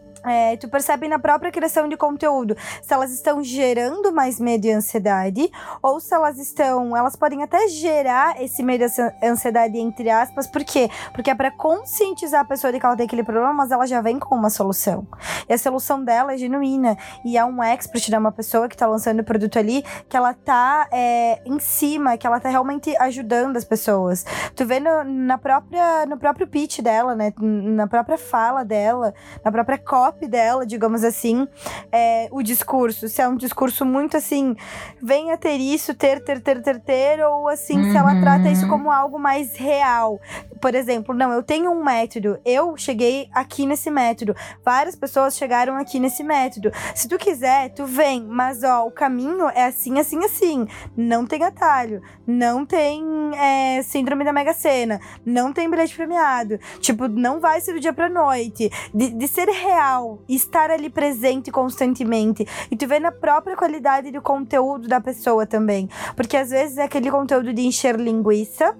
É, tu percebe na própria criação de conteúdo se elas estão gerando mais medo e ansiedade, ou se elas estão, elas podem até gerar esse medo e ansiedade entre aspas, por quê? Porque é pra conscientizar a pessoa de que ela tem aquele problema, mas ela já vem com uma solução, e a solução dela é genuína, e é um expert, né, uma pessoa que tá lançando o produto ali, que ela tá é, em cima, que ela tá realmente ajudando as pessoas. Tu vê no, na própria, no próprio pitch dela, né, na própria fala dela, na própria copy dela, digamos assim, é, o discurso, se é um discurso muito assim, venha ter isso, ter, ter, ter, ter, ter, ou assim, uhum. se ela trata isso como algo mais real. Por exemplo, não, eu tenho um método, eu cheguei aqui nesse método, várias pessoas chegaram aqui nesse método, se tu quiser, tu vem, mas ó, o caminho é assim, assim, assim, não tem atalho, não tem é, síndrome da Mega Sena, não tem bilhete premiado, tipo, não vai ser do dia pra noite, de, de ser real, estar ali presente constantemente, e tu vê na própria qualidade do conteúdo da pessoa também, porque às vezes é aquele conteúdo de encher linguiça,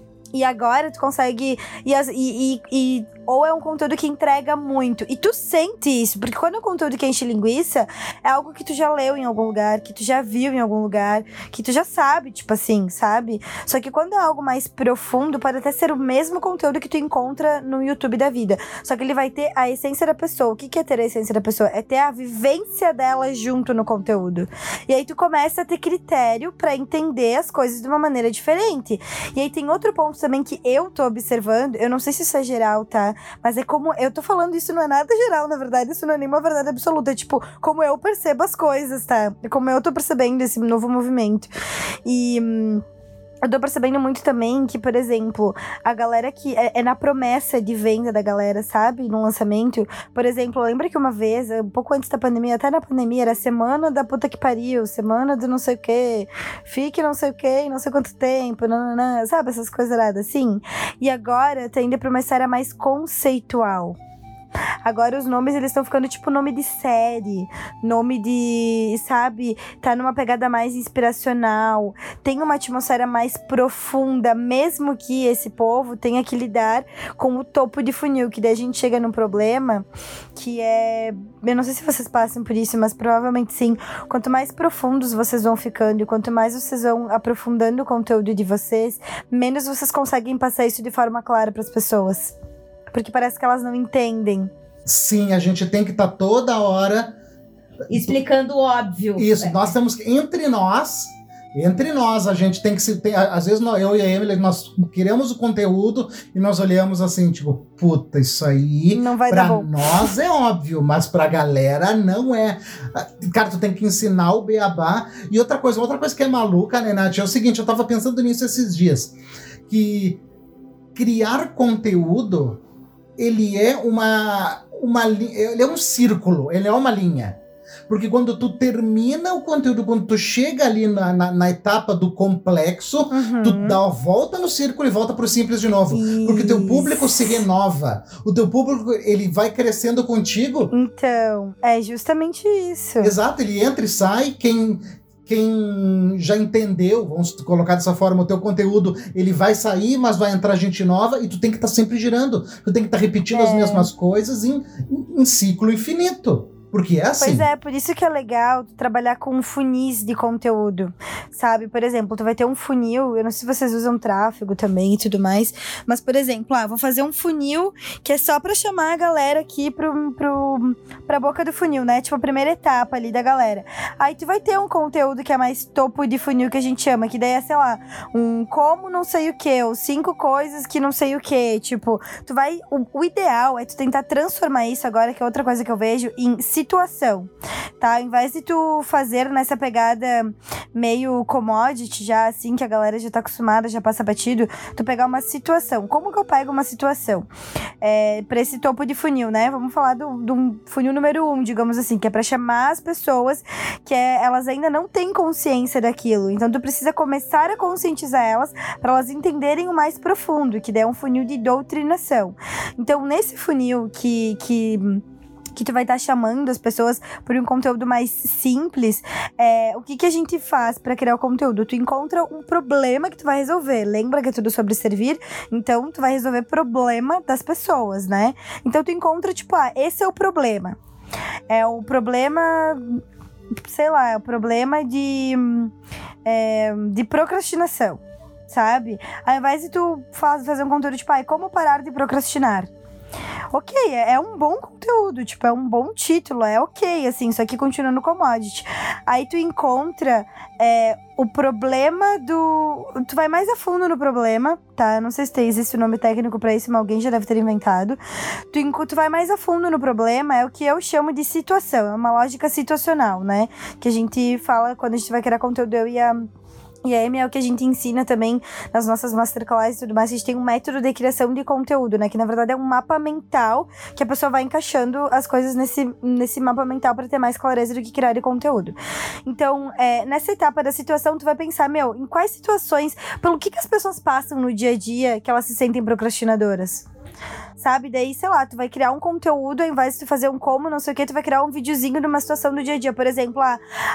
e agora tu consegue, e, e, e, e ou é um conteúdo que entrega muito, e tu sente isso, porque quando é um conteúdo que enche linguiça, é algo que tu já leu em algum lugar, que tu já viu em algum lugar, que tu já sabe, tipo assim, sabe? Só que quando é algo mais profundo, pode até ser o mesmo conteúdo que tu encontra no YouTube da vida, só que ele vai ter a essência da pessoa. O que que é ter a essência da pessoa? É ter a vivência dela junto no conteúdo, e aí tu começa a ter critério pra entender as coisas de uma maneira diferente. E aí tem outro ponto também que eu tô observando, eu não sei se isso é geral, tá? Mas é como, eu tô falando isso, não é nada geral, na verdade, isso não é nenhuma verdade absoluta, é tipo, como eu percebo as coisas, tá? É como eu tô percebendo esse novo movimento. E... Hum, eu tô percebendo muito também que, por exemplo, a galera que... É, é na promessa de venda da galera, sabe? No lançamento. Por exemplo, lembra que uma vez, um pouco antes da pandemia, até na pandemia, era semana da puta que pariu, semana do não sei o quê, fique não sei o quê, não sei quanto tempo, nananã, sabe? Essas coisas erradas assim. E agora tá indo pra uma série mais conceitual. Agora os nomes, eles estão ficando tipo nome de série, nome de, sabe, tá numa pegada mais inspiracional, tem uma atmosfera mais profunda, mesmo que esse povo tenha que lidar com o topo de funil, que daí a gente chega num problema que é, eu não sei se vocês passam por isso, mas provavelmente sim, quanto mais profundos vocês vão ficando, e quanto mais vocês vão aprofundando o conteúdo de vocês, menos vocês conseguem passar isso de forma clara pras pessoas. Porque parece que elas não entendem. Sim, a gente tem que estar tá toda hora... explicando o óbvio. Isso, é. Nós temos que... Entre nós, entre nós, a gente tem que se... Tem, às vezes eu e a Emily, nós queremos o conteúdo e nós olhamos assim, tipo... Puta, isso aí... Não vai pra dar bom. Nós é óbvio, mas pra galera não é. Cara, tu tem que ensinar o beabá. E outra coisa, outra coisa que é maluca, né, Nath? É o seguinte, eu tava pensando nisso esses dias. Que criar conteúdo... ele é uma, uma ele é um círculo, ele é uma linha. Porque quando tu termina o conteúdo, quando tu chega ali na, na, na etapa do complexo, uhum. tu dá a volta no círculo e volta pro simples de novo. Isso. Porque teu público se renova. O teu público, ele vai crescendo contigo. Então, é justamente isso. Exato, ele entra e sai, quem... Quem já entendeu, vamos colocar dessa forma, o teu conteúdo, ele vai sair, mas vai entrar gente nova e tu tem que estar tá sempre girando. Tu tem que estar tá repetindo é. as mesmas coisas em, em, em ciclo infinito. Porque é assim. Pois é, por isso que é legal trabalhar com funis de conteúdo, sabe? Por exemplo, tu vai ter um funil, eu não sei se vocês usam tráfego também e tudo mais, mas, por exemplo, ah, vou fazer um funil que é só pra chamar a galera aqui pro, pro, pra boca do funil, né? Tipo, a primeira etapa ali da galera. Aí tu vai ter um conteúdo que é mais topo de funil, que a gente chama, que daí é, sei lá, um como não sei o que, ou cinco coisas que não sei o que, tipo, tu vai... O, o ideal é tu tentar transformar isso agora, que é outra coisa que eu vejo, em situação, tá? Ao invés de tu fazer nessa pegada meio do commodity já, assim, que a galera já tá acostumada, já passa batido, tu pegar uma situação. Como que eu pego uma situação? É, pra esse topo de funil, né? Vamos falar do, do funil número um, digamos assim, que é pra chamar as pessoas que é, elas ainda não têm consciência daquilo. Então, tu precisa começar a conscientizar elas para elas entenderem o mais profundo, que daí é um funil de doutrinação. Então, nesse funil que... que que tu vai estar tá chamando as pessoas por um conteúdo mais simples, é, o que, que a gente faz para criar o conteúdo? Tu encontra um problema que tu vai resolver. Lembra que é tudo sobre servir? Então, tu vai resolver problema das pessoas, né? Então, tu encontra, tipo, ah, esse é o problema. É o problema... Sei lá, é o problema de... É, de procrastinação, sabe? Ao invés de tu faz, fazer um conteúdo, tipo, ah, como parar de procrastinar? Ok, é, é um bom conteúdo, tipo, é um bom título, é ok, assim, isso aqui continua no commodity. Aí tu encontra é, o problema do... Tu vai mais a fundo no problema, tá? Não sei se tem, existe o nome técnico pra isso, mas alguém já deve ter inventado. Tu, tu vai mais a fundo no problema, é o que eu chamo de situação, é uma lógica situacional, né? Que a gente fala quando a gente vai criar conteúdo, eu e a... E a Amy é o que a gente ensina também nas nossas masterclasses e tudo mais. A gente tem um método de criação de conteúdo, né? Que na verdade é um mapa mental que a pessoa vai encaixando as coisas nesse, nesse mapa mental para ter mais clareza do que criar de conteúdo. Então, é, nessa etapa da situação, tu vai pensar, meu, em quais situações, pelo que, que as pessoas passam no dia a dia que elas se sentem procrastinadoras? Sabe? Daí, sei lá, tu vai criar um conteúdo, ao invés de tu fazer um como, não sei o que, tu vai criar um videozinho de uma situação do dia a dia. Por exemplo, ah,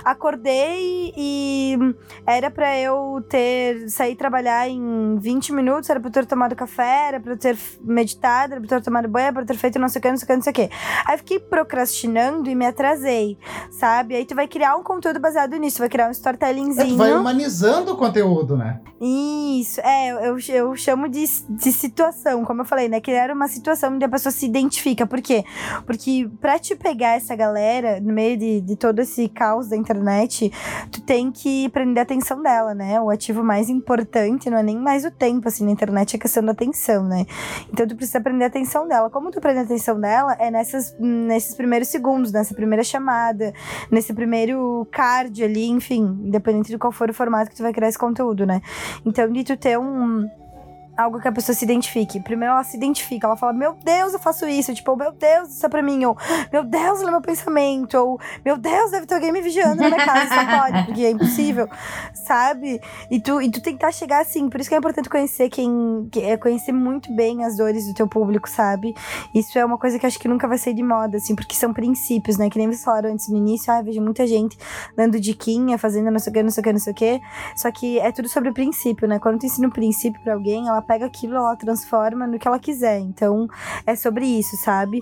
acordei e era pra eu ter, sair trabalhar em vinte minutos, era pra eu ter tomado café, era pra eu ter meditado, era pra eu ter tomado banho, era pra eu ter feito não sei o que, não sei o que, não sei o que. Aí eu fiquei procrastinando e me atrasei, sabe? Aí tu vai criar um conteúdo baseado nisso, tu vai criar um storytellingzinho. É, tu vai humanizando o conteúdo, né? Isso, é, eu, eu chamo de, de situação, como eu falei, né? Que era uma situação onde a pessoa se identifica. Por quê? Porque pra te pegar essa galera no meio de, de todo esse caos da internet, tu tem que prender a atenção dela, né? O ativo mais importante não é nem mais o tempo, assim, na internet é questão da atenção, né? Então tu precisa prender a atenção dela. Como tu prende a atenção dela? É nessas, nesses primeiros segundos, nessa primeira chamada, nesse primeiro card ali, enfim, independente de qual for o formato que tu vai criar esse conteúdo, né? Então, de tu ter um... algo que a pessoa se identifique. Primeiro ela se identifica, ela fala, meu Deus, eu faço isso. Tipo, meu Deus, isso é pra mim. Ou, meu Deus, ele é meu pensamento. Ou, meu Deus, deve ter alguém me vigiando na minha casa. Só pode, porque é impossível. Sabe? E tu, e tu tentar chegar assim. Por isso que é importante conhecer quem... É conhecer muito bem as dores do teu público, sabe? Isso é uma coisa que eu acho que nunca vai sair de moda, assim. Porque são princípios, né? Que nem vocês falaram antes no início. Ah, eu vejo muita gente dando diquinha, fazendo não sei o que, não sei o que, não sei o que. Só que é tudo sobre o princípio, né? Quando tu ensina um princípio pra alguém, ela pega aquilo, ela transforma no que ela quiser. Então, é sobre isso, sabe?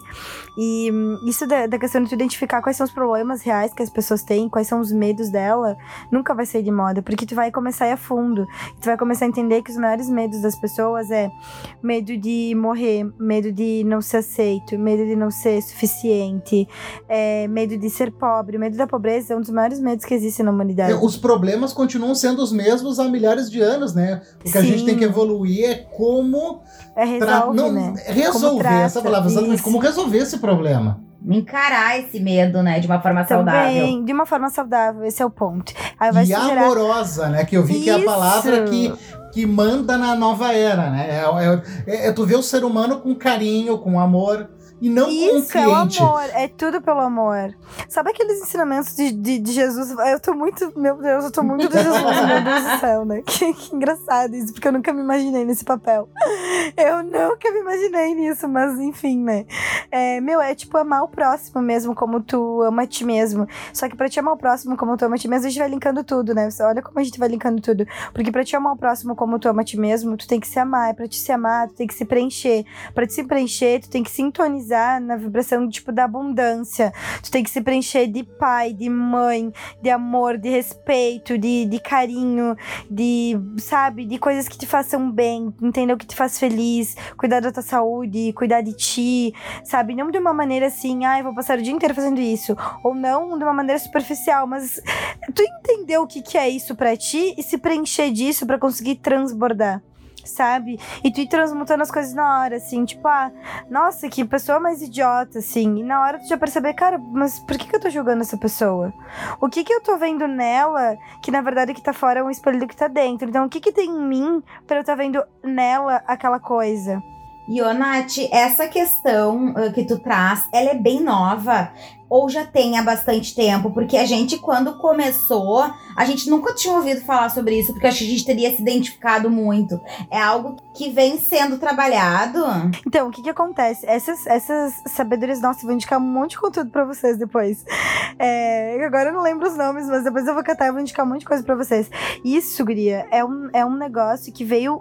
E isso da, da questão de tu identificar quais são os problemas reais que as pessoas têm, quais são os medos dela, nunca vai sair de moda, porque tu vai começar a ir a fundo. Tu vai começar a entender que os maiores medos das pessoas é medo de morrer, medo de não ser aceito, medo de não ser suficiente, é, medo de ser pobre. O medo da pobreza é um dos maiores medos que existem na humanidade. É, os problemas continuam sendo os mesmos há milhares de anos, né? O que Sim. a gente tem que evoluir é como... É resolve, não, né? Resolver, trata, essa palavra, exatamente. isso. Como resolver esse problema. Encarar esse medo, né? De uma forma Também, saudável. de uma forma saudável, esse é o ponto. Aí e vai gerar... amorosa, né? Que eu vi Isso. que é a palavra que, que manda na nova era, né? É, é, é tu ver o ser humano com carinho, com amor... E não Isso, com o cliente. É o amor, é tudo pelo amor. Sabe aqueles ensinamentos de, de, de Jesus? Eu tô muito, meu Deus, eu tô muito de Jesus, meu Deus do céu, né? Que, que engraçado isso, porque eu nunca me imaginei nesse papel. Eu nunca me imaginei nisso, mas enfim, né? É, meu, é tipo amar o próximo mesmo como tu ama a ti mesmo. Só que pra te amar o próximo como tu ama a ti mesmo, a gente vai linkando tudo, né? Você olha como a gente vai linkando tudo. Porque pra te amar o próximo como tu ama a ti mesmo, tu tem que se amar. E pra te se amar, tu tem que se preencher. Pra te se preencher, tu tem que sintonizar na vibração, tipo, da abundância. Tu tem que se preencher de pai, de mãe, de amor, de respeito, de, de carinho, de, sabe, de coisas que te façam bem, entendeu? Que te faz feliz, cuidar da tua saúde, cuidar de ti, sabe? Não de uma maneira assim, ah, eu vou passar o dia inteiro fazendo isso. Ou não de uma maneira superficial, mas tu entendeu o que, que é isso pra ti e se preencher disso pra conseguir transbordar. sabe? E tu ir transmutando as coisas na hora, assim, tipo, ah, nossa, que pessoa mais idiota, assim. E na hora tu já perceber, cara, mas por que que eu tô julgando essa pessoa? O que que eu tô vendo nela, que na verdade o que tá fora é um espelho do que tá dentro? Então, o que que tem em mim pra eu tá vendo nela aquela coisa? E, ô, Nath, essa questão uh, que tu traz, ela é bem nova ou já tem há bastante tempo? Porque a gente, quando começou, a gente nunca tinha ouvido falar sobre isso, porque acho que a gente teria se identificado muito. É algo que vem sendo trabalhado? Então, o que que acontece? Essas, essas sabedorias, nossa, eu vou indicar um monte de conteúdo pra vocês depois. É, agora eu não lembro os nomes, mas depois eu vou catar e vou indicar um monte de coisa pra vocês. Isso, guria, é um, é um negócio que veio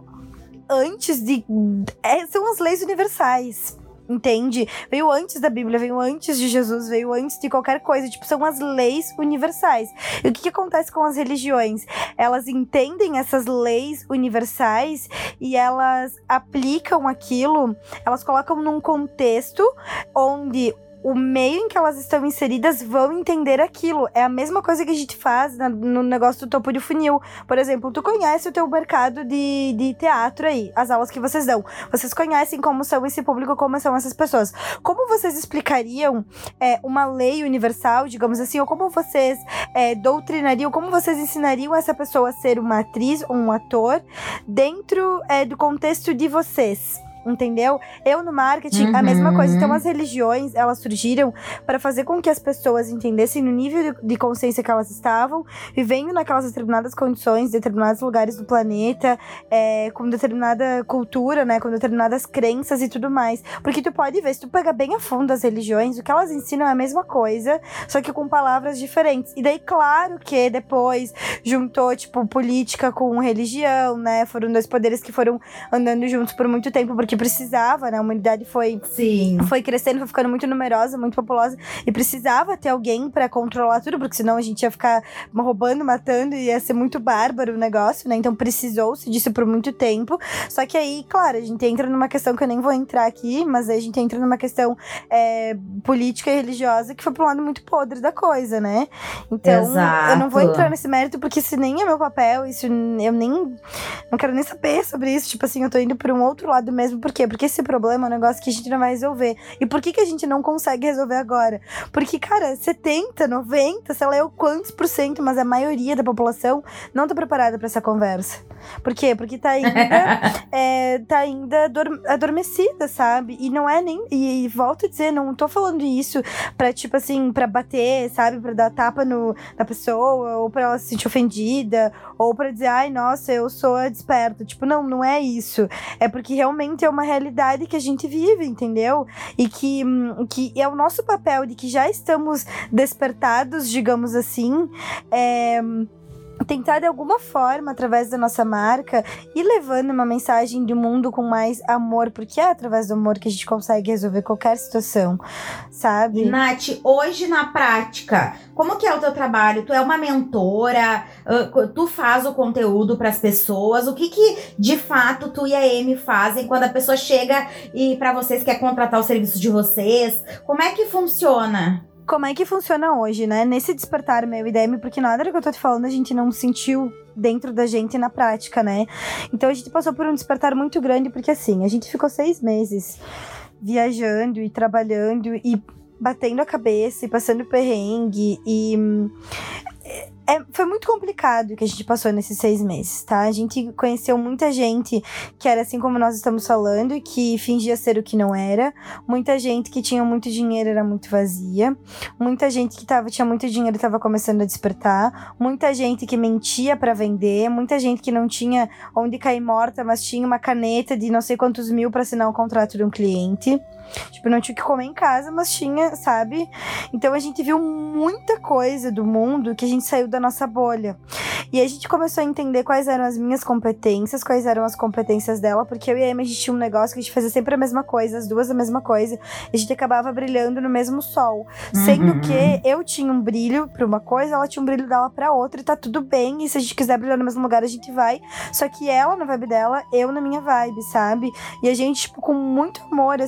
antes de... É, são as leis universais, entende? Veio antes da Bíblia, veio antes de Jesus, veio antes de qualquer coisa. Tipo, são as leis universais. E o que que acontece com as religiões? Elas entendem essas leis universais e elas aplicam aquilo, elas colocam num contexto onde o meio em que elas estão inseridas vão entender aquilo. É a mesma coisa que a gente faz na, no negócio do topo de funil. Por exemplo, tu conhece o teu mercado de, de teatro aí, as aulas que vocês dão. Vocês conhecem como são esse público, como são essas pessoas. Como vocês explicariam é, uma lei universal, digamos assim, ou como vocês é, doutrinariam, como vocês ensinariam essa pessoa a ser uma atriz ou um ator dentro é, do contexto de vocês? Entendeu? Eu no marketing, uhum. a mesma coisa. Então as religiões, elas surgiram para fazer com que as pessoas entendessem no nível de consciência que elas estavam, vivendo naquelas determinadas condições, determinados lugares do planeta, é, com determinada cultura, né, com determinadas crenças e tudo mais. Porque tu pode ver, se tu pegar bem a fundo as religiões, o que elas ensinam é a mesma coisa, só que com palavras diferentes. E daí, claro que depois juntou, tipo, política com religião, né, foram dois poderes que foram andando juntos por muito tempo, porque que precisava, né? A humanidade foi, Sim. foi crescendo, foi ficando muito numerosa, muito populosa, e precisava ter alguém pra controlar tudo, porque senão a gente ia ficar roubando, matando, e ia ser muito bárbaro o negócio, né? Então precisou-se disso por muito tempo. Só que aí, claro, a gente entra numa questão que eu nem vou entrar aqui, mas aí a gente entra numa questão é, política e religiosa que foi pro lado muito podre da coisa, né? Então, Exato. Eu não vou entrar nesse mérito, porque isso nem é meu papel, isso eu nem... não quero nem saber sobre isso. Tipo assim, eu tô indo por um outro lado mesmo. Por quê? Porque esse problema é um negócio que a gente não vai resolver. E por que que a gente não consegue resolver agora? Porque, cara, setenta, noventa, sei lá eu quantos por cento, mas a maioria da população não tá preparada pra essa conversa. Por quê? Porque tá ainda, é, tá ainda ador- adormecida, sabe? E não é nem... E, e volto a dizer, não tô falando isso pra, tipo assim, pra bater, sabe? Pra dar tapa no, na pessoa, ou pra ela se sentir ofendida, ou pra dizer, ai, nossa, eu sou a desperta. Tipo, não, não é isso. É porque realmente é uma realidade que a gente vive, entendeu? E que, que é o nosso papel de que já estamos despertados, digamos assim, é... tentar de alguma forma, através da nossa marca, ir levando uma mensagem de um mundo com mais amor, porque é através do amor que a gente consegue resolver qualquer situação, sabe? Nath, hoje na prática, como que é o teu trabalho? Tu é uma mentora, uh, tu faz o conteúdo para as pessoas, o que que de fato tu e a Amy fazem quando a pessoa chega e para vocês quer contratar o serviço de vocês? Como é que funciona? Como é que funciona hoje, né? Nesse despertar meu e da Amy, porque nada do que eu tô te falando a gente não sentiu dentro da gente na prática, né? Então a gente passou por um despertar muito grande, porque assim, a gente ficou seis meses viajando e trabalhando e batendo a cabeça e passando perrengue e... É, foi muito complicado o que a gente passou nesses seis meses, tá? A gente conheceu muita gente que era assim como nós estamos falando, que fingia ser o que não era. Muita gente que tinha muito dinheiro era muito vazia. Muita gente que tava, tinha muito dinheiro e tava começando a despertar. Muita gente que mentia pra vender. Muita gente que não tinha onde cair morta, mas tinha uma caneta de não sei quantos mil pra assinar um contrato de um cliente. Tipo, não tinha o que comer em casa, mas tinha, sabe? Então a gente viu muita coisa do mundo que a gente saiu da nossa bolha. E a gente começou a entender quais eram as minhas competências, quais eram as competências dela, porque eu e a Amy, a gente tinha um negócio que a gente fazia sempre a mesma coisa, as duas a mesma coisa, e a gente acabava brilhando no mesmo sol. Uhum. Sendo que eu tinha um brilho pra uma coisa, ela tinha um brilho dela pra outra, e tá tudo bem, e se a gente quiser brilhar no mesmo lugar, a gente vai. Só que ela na vibe dela, eu na minha vibe, sabe? E a gente, tipo, com muito amor, assim, nossa, a gente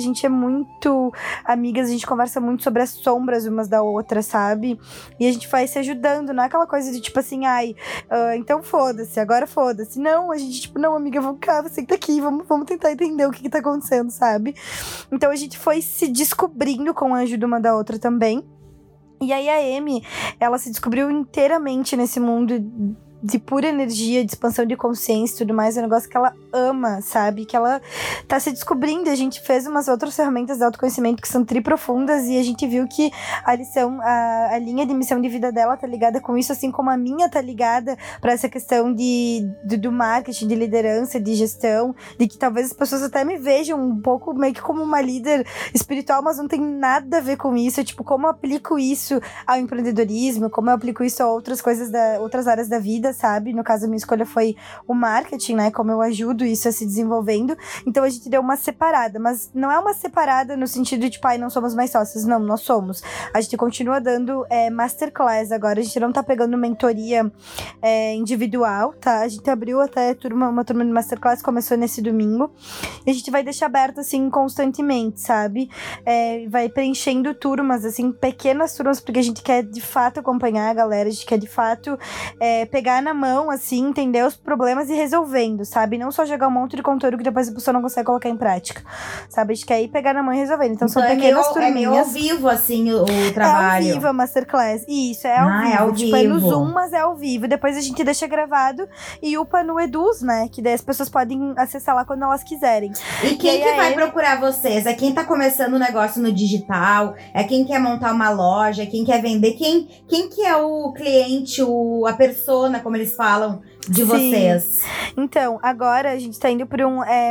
gente é muito amigas, a gente conversa muito sobre as sombras umas da outra, sabe? E a gente vai se ajudando, não é aquela coisa de tipo assim, ai, uh, então foda-se, agora foda-se. Não, a gente, tipo, não, amiga, vamos cá, você que tá aqui, vamos, vamos tentar entender o que que tá acontecendo, sabe? Então a gente foi se descobrindo com a ajuda uma da outra também. E aí a Amy, ela se descobriu inteiramente nesse mundo de pura energia, de expansão de consciência e tudo mais, é um negócio que ela ama, sabe? Que ela tá se descobrindo. A gente fez umas outras ferramentas de autoconhecimento que são triprofundas e a gente viu que a lição, a, a linha de missão de vida dela tá ligada com isso, assim como a minha tá ligada pra essa questão de, de, do marketing, de liderança, de gestão, de que talvez as pessoas até me vejam um pouco meio que como uma líder espiritual, mas não tem nada a ver com isso. Tipo, como eu aplico isso ao empreendedorismo, como eu aplico isso a outras coisas, da, outras áreas da vida, sabe? No caso, a minha escolha foi o marketing, né? Como eu ajudo isso a se desenvolvendo. Então, a gente deu uma separada. Mas não é uma separada no sentido de, tipo, ai, não somos mais sócios. Não, nós somos. A gente continua dando é, masterclass agora. A gente não tá pegando mentoria é, individual, tá? A gente abriu até turma, uma turma de masterclass, começou nesse domingo. E a gente vai deixar aberto, assim, constantemente, sabe? É, vai preenchendo turmas, assim, pequenas turmas, porque a gente quer, de fato, acompanhar a galera. A gente quer, de fato, é, pegar na mão, assim, entender os problemas e resolvendo, sabe? Não só jogar um monte de conteúdo que depois a pessoa não consegue colocar em prática, sabe? A gente quer ir pegar na mão e resolvendo. Então, então são é pequenas meio, turminhas. É meio ao vivo, assim, o, o trabalho. É ao vivo a Masterclass. Isso, é ao ah, vivo. É ao tipo, vivo. é no Zoom, mas é ao vivo. Depois a gente deixa gravado e upa no Eduz, né? Que daí as pessoas podem acessar lá quando elas quiserem. E quem e que vai ele... procurar vocês? É quem tá começando o negócio no digital? É quem quer montar uma loja? É quem quer vender? Quem, quem que é o cliente, o, a persona, como eles falam, de Sim. vocês? Então, agora a gente tá indo por um... É...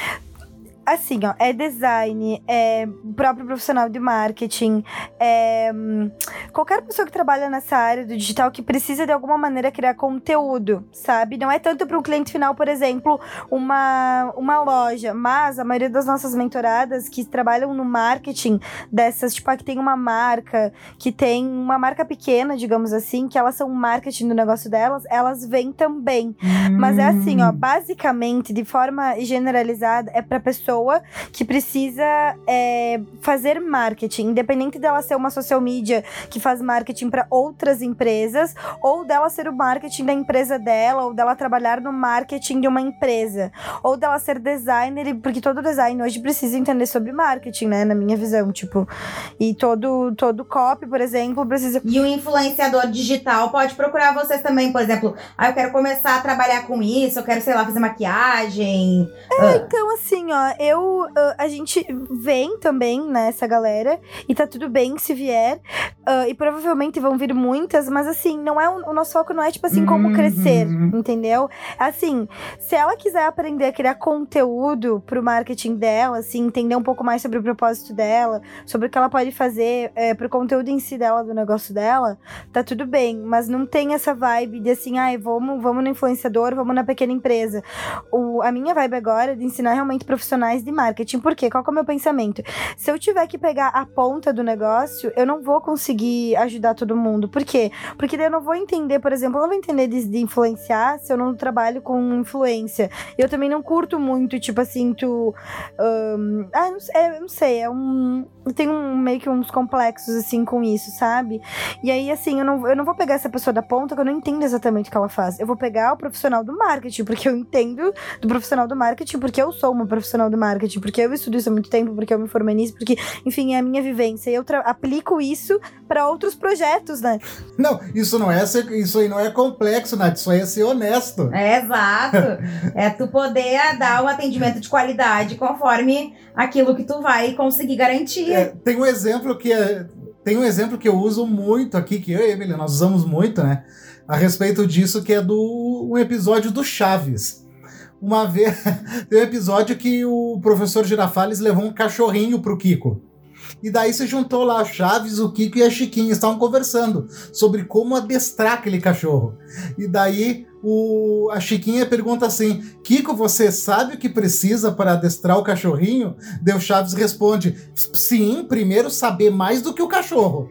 Assim, ó, é design, é próprio profissional de marketing, é qualquer pessoa que trabalha nessa área do digital que precisa de alguma maneira criar conteúdo, sabe? Não é tanto para um cliente final, por exemplo, uma, uma loja, mas a maioria das nossas mentoradas que trabalham no marketing dessas, tipo, que tem uma marca, que tem uma marca pequena, digamos assim, que elas são o marketing do negócio delas, elas vêm também. Hum. Mas é assim, ó, basicamente, de forma generalizada, é pra pessoa que precisa é, fazer marketing, independente dela ser uma social media que faz marketing para outras empresas, ou dela ser o marketing da empresa dela, ou dela trabalhar no marketing de uma empresa, ou dela ser designer, porque todo design hoje precisa entender sobre marketing, né, na minha visão, tipo, e todo, todo copy, por exemplo, precisa... E o influenciador digital pode procurar vocês também, por exemplo, ah, eu quero começar a trabalhar com isso, eu quero, sei lá, fazer maquiagem... É, uh. então assim, ó, eu, uh, a gente vem também, né, essa galera, e tá tudo bem se vier, uh, e provavelmente vão vir muitas, mas assim, não é o, o nosso foco não é, tipo assim, como uhum. crescer, entendeu? Assim, se ela quiser aprender a criar conteúdo pro marketing dela, assim, entender um pouco mais sobre o propósito dela, sobre o que ela pode fazer é, pro conteúdo em si dela, do negócio dela, tá tudo bem, mas não tem essa vibe de assim, ai, vamos, vamos no influenciador, vamos na pequena empresa. O, a minha vibe agora é de ensinar realmente profissionais de marketing. Por quê? Qual que é o meu pensamento? Se eu tiver que pegar a ponta do negócio, eu não vou conseguir ajudar todo mundo. Por quê? Porque daí eu não vou entender, por exemplo, eu não vou entender de, de influenciar se eu não trabalho com influência. Eu também não curto muito, tipo assim, tu... Um, ah, não, é, não sei, é um... Eu tenho um, meio que uns complexos, assim, com isso, sabe? E aí, assim, eu não, eu não vou pegar essa pessoa da ponta que eu não entendo exatamente o que ela faz. Eu vou pegar o profissional do marketing, porque eu entendo do profissional do marketing, porque eu sou uma profissional do marketing, porque eu estudo isso há muito tempo, porque eu me formei nisso, porque, enfim, é a minha vivência. E eu tra- aplico isso para outros projetos, né? Não, isso não é ser, isso aí não é complexo, Nath, isso aí é ser honesto. É, exato. É tu poder dar um atendimento de qualidade conforme aquilo que tu vai conseguir garantir. É, tem um exemplo que é, tem um exemplo que eu uso muito aqui, que eu e a Emily, nós usamos muito, né? A respeito disso, que é do um episódio do Chaves. Uma vez, tem um episódio que o professor Girafales levou um cachorrinho pro Kiko. E daí se juntou lá a Chaves, o Kiko e a Chiquinha, estavam conversando sobre como adestrar aquele cachorro. E daí o, a Chiquinha pergunta assim, Kiko, você sabe o que precisa para adestrar o cachorrinho? Daí o Chaves responde, sim, primeiro saber mais do que o cachorro.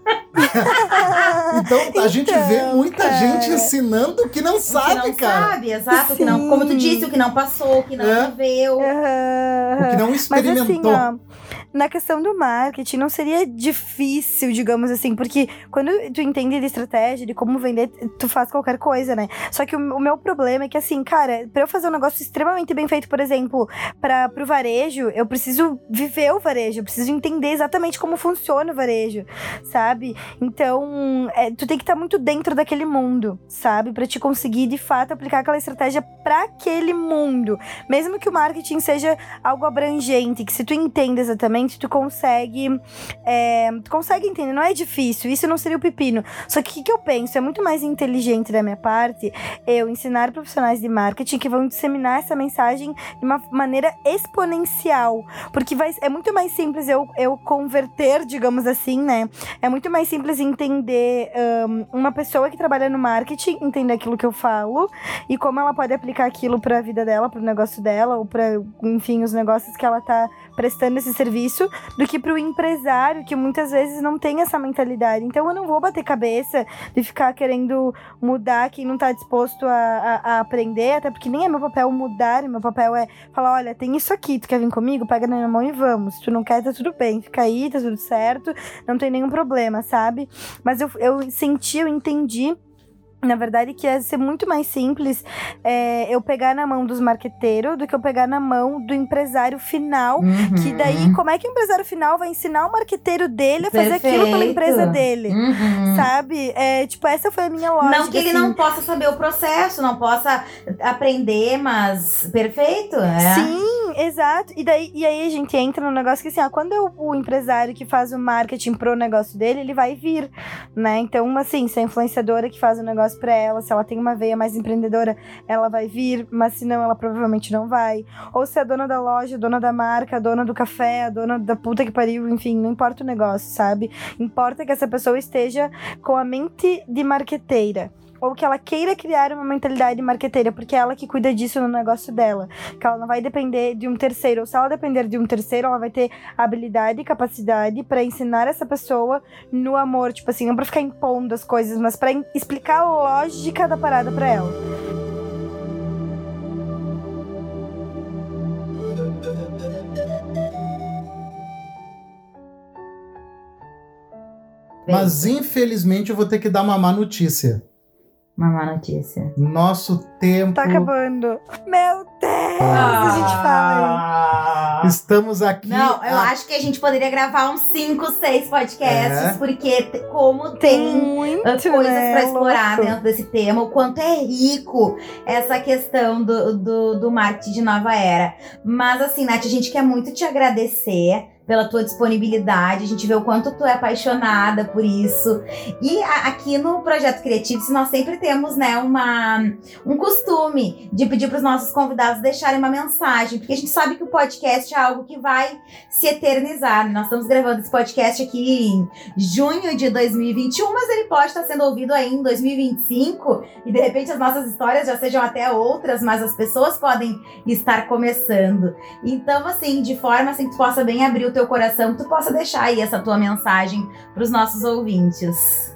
Então a gente então, vê muita cara. gente ensinando o que não sabe, o que não cara. sabe, exato. O que não, como tu disse, o que não passou, o que não É. viveu. Uhum. O que não experimentou. Mas assim, ó, na questão do marketing, não seria difícil, digamos assim, porque quando tu entende de estratégia, de como vender, tu faz qualquer coisa, né? Só que o, o meu problema é que, assim, cara, pra eu fazer um negócio extremamente bem feito, por exemplo, pra, pro varejo, eu preciso viver o varejo, eu preciso entender exatamente como funciona o varejo, sabe? Então, é, tu tem que estar muito dentro daquele mundo, sabe? Pra te conseguir, de fato, aplicar aquela estratégia pra aquele mundo. Mesmo que o marketing seja algo abrangente, que se tu entende exatamente, tu consegue é, tu consegue entender, não é difícil, isso não seria o pepino. Só que o que, que eu penso, é muito mais inteligente da minha parte eu ensinar profissionais de marketing que vão disseminar essa mensagem de uma maneira exponencial, porque vai, é muito mais simples eu, eu converter, digamos assim, né? É muito mais simples entender um, uma pessoa que trabalha no marketing, entender aquilo que eu falo e como ela pode aplicar aquilo pra vida dela, pro negócio dela, ou pra, enfim, os negócios que ela tá prestando esse serviço, do que pro empresário, que muitas vezes não tem essa mentalidade. Então eu não vou bater cabeça de ficar querendo mudar quem não tá disposto a, a, a aprender, até porque nem é meu papel mudar, meu papel é falar, olha, tem isso aqui, tu quer vir comigo? Pega na minha mão e vamos. Se tu não quer, tá tudo bem, fica aí, tá tudo certo, não tem nenhum problema, sabe? Mas eu, eu senti, eu entendi, na verdade, que ia ser muito mais simples é, eu pegar na mão dos marqueteiros do que eu pegar na mão do empresário final. Uhum. Que daí, como é que o empresário final vai ensinar o marqueteiro dele a fazer Perfeito. aquilo pela empresa dele? Uhum. Sabe? É, tipo, essa foi a minha lógica. Não que ele assim. não possa saber o processo, não possa aprender, mas perfeito, é. Sim, exato. E, daí, e aí a gente entra no negócio que assim, ó, quando eu, o empresário que faz o marketing pro negócio dele, ele vai vir, né? Então, assim, se a influenciadora que faz o negócio pra ela, se ela tem uma veia mais empreendedora, ela vai vir, mas se não, ela provavelmente não vai. Ou se a dona da loja, a dona da marca, a dona do café, a dona da puta que pariu, enfim, não importa o negócio, sabe? Importa que essa pessoa esteja com a mente de marqueteira. Ou que ela queira criar uma mentalidade marqueteira, porque é ela que cuida disso no negócio dela. Que ela não vai depender de um terceiro. Ou se ela depender de um terceiro, ela vai ter habilidade e capacidade pra ensinar essa pessoa no amor. Tipo assim, não pra ficar impondo as coisas, mas pra explicar a lógica da parada pra ela. Mas infelizmente eu vou ter que dar uma má notícia. Uma má notícia. Nosso tempo... Tá acabando. Meu Deus! Ah, A gente fala. Estamos aqui... Não, eu a... acho que a gente poderia gravar uns cinco, seis podcasts, É. porque te- como Tem tem muito, uh, coisas né? pra explorar Louco. dentro desse tema, o quanto é rico essa questão do, do, do marketing de nova era. Mas assim, Nath, a gente quer muito te agradecer pela tua disponibilidade, a gente vê o quanto tu é apaixonada por isso. E a, aqui no Projeto Criativo, nós sempre temos, né, uma, um costume de pedir para os nossos convidados deixarem uma mensagem, porque a gente sabe que o podcast é algo que vai se eternizar. Nós estamos gravando esse podcast aqui em junho de dois mil e vinte e um, mas ele pode estar sendo ouvido aí em dois mil e vinte e cinco, e de repente as nossas histórias já sejam até outras, mas as pessoas podem estar começando. Então, assim, de forma assim que tu possa bem abrir o teu coração, que tu possa deixar aí essa tua mensagem para os nossos ouvintes.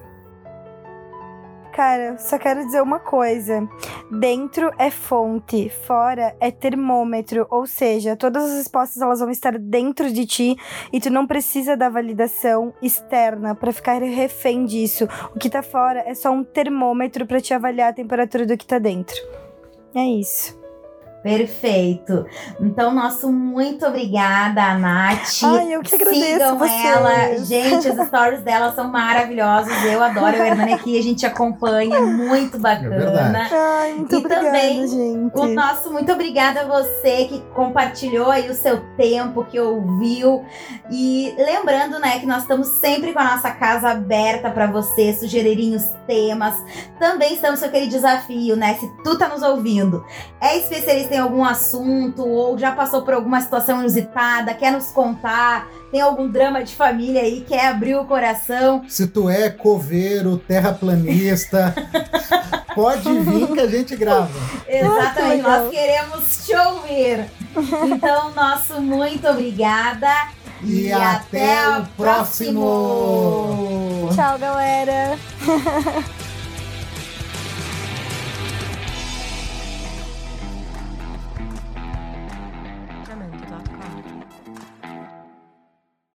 Cara, só quero dizer uma coisa. Dentro é fonte, fora é termômetro. Ou seja, todas as respostas elas vão estar dentro de ti e tu não precisa da validação externa pra ficar refém disso. O que tá fora é só um termômetro pra te avaliar a temperatura do que tá dentro. É isso. Perfeito. Então, nosso muito obrigada, Nath. Ai, eu que agradeço Sigam vocês. ela. Gente, os stories dela são maravilhosos. Eu adoro. O Hernani aqui, a gente acompanha. Muito bacana. É verdade. Ai, muito E obrigada, também gente. O nosso muito obrigada a você que compartilhou aí o seu tempo, que ouviu. E lembrando, né, que nós estamos sempre com a nossa casa aberta para você sugerirem os temas. Também estamos com aquele desafio, né? Se tu tá nos ouvindo, é especialista em algum assunto ou já passou por alguma situação inusitada, quer nos contar, tem algum drama de família aí, quer abrir o coração. Se tu é coveiro, terraplanista, pode vir que a gente grava. Exatamente, Ah, nós queremos te ouvir. Então, nosso muito obrigada. E, e até, até o próximo. Tchau, galera.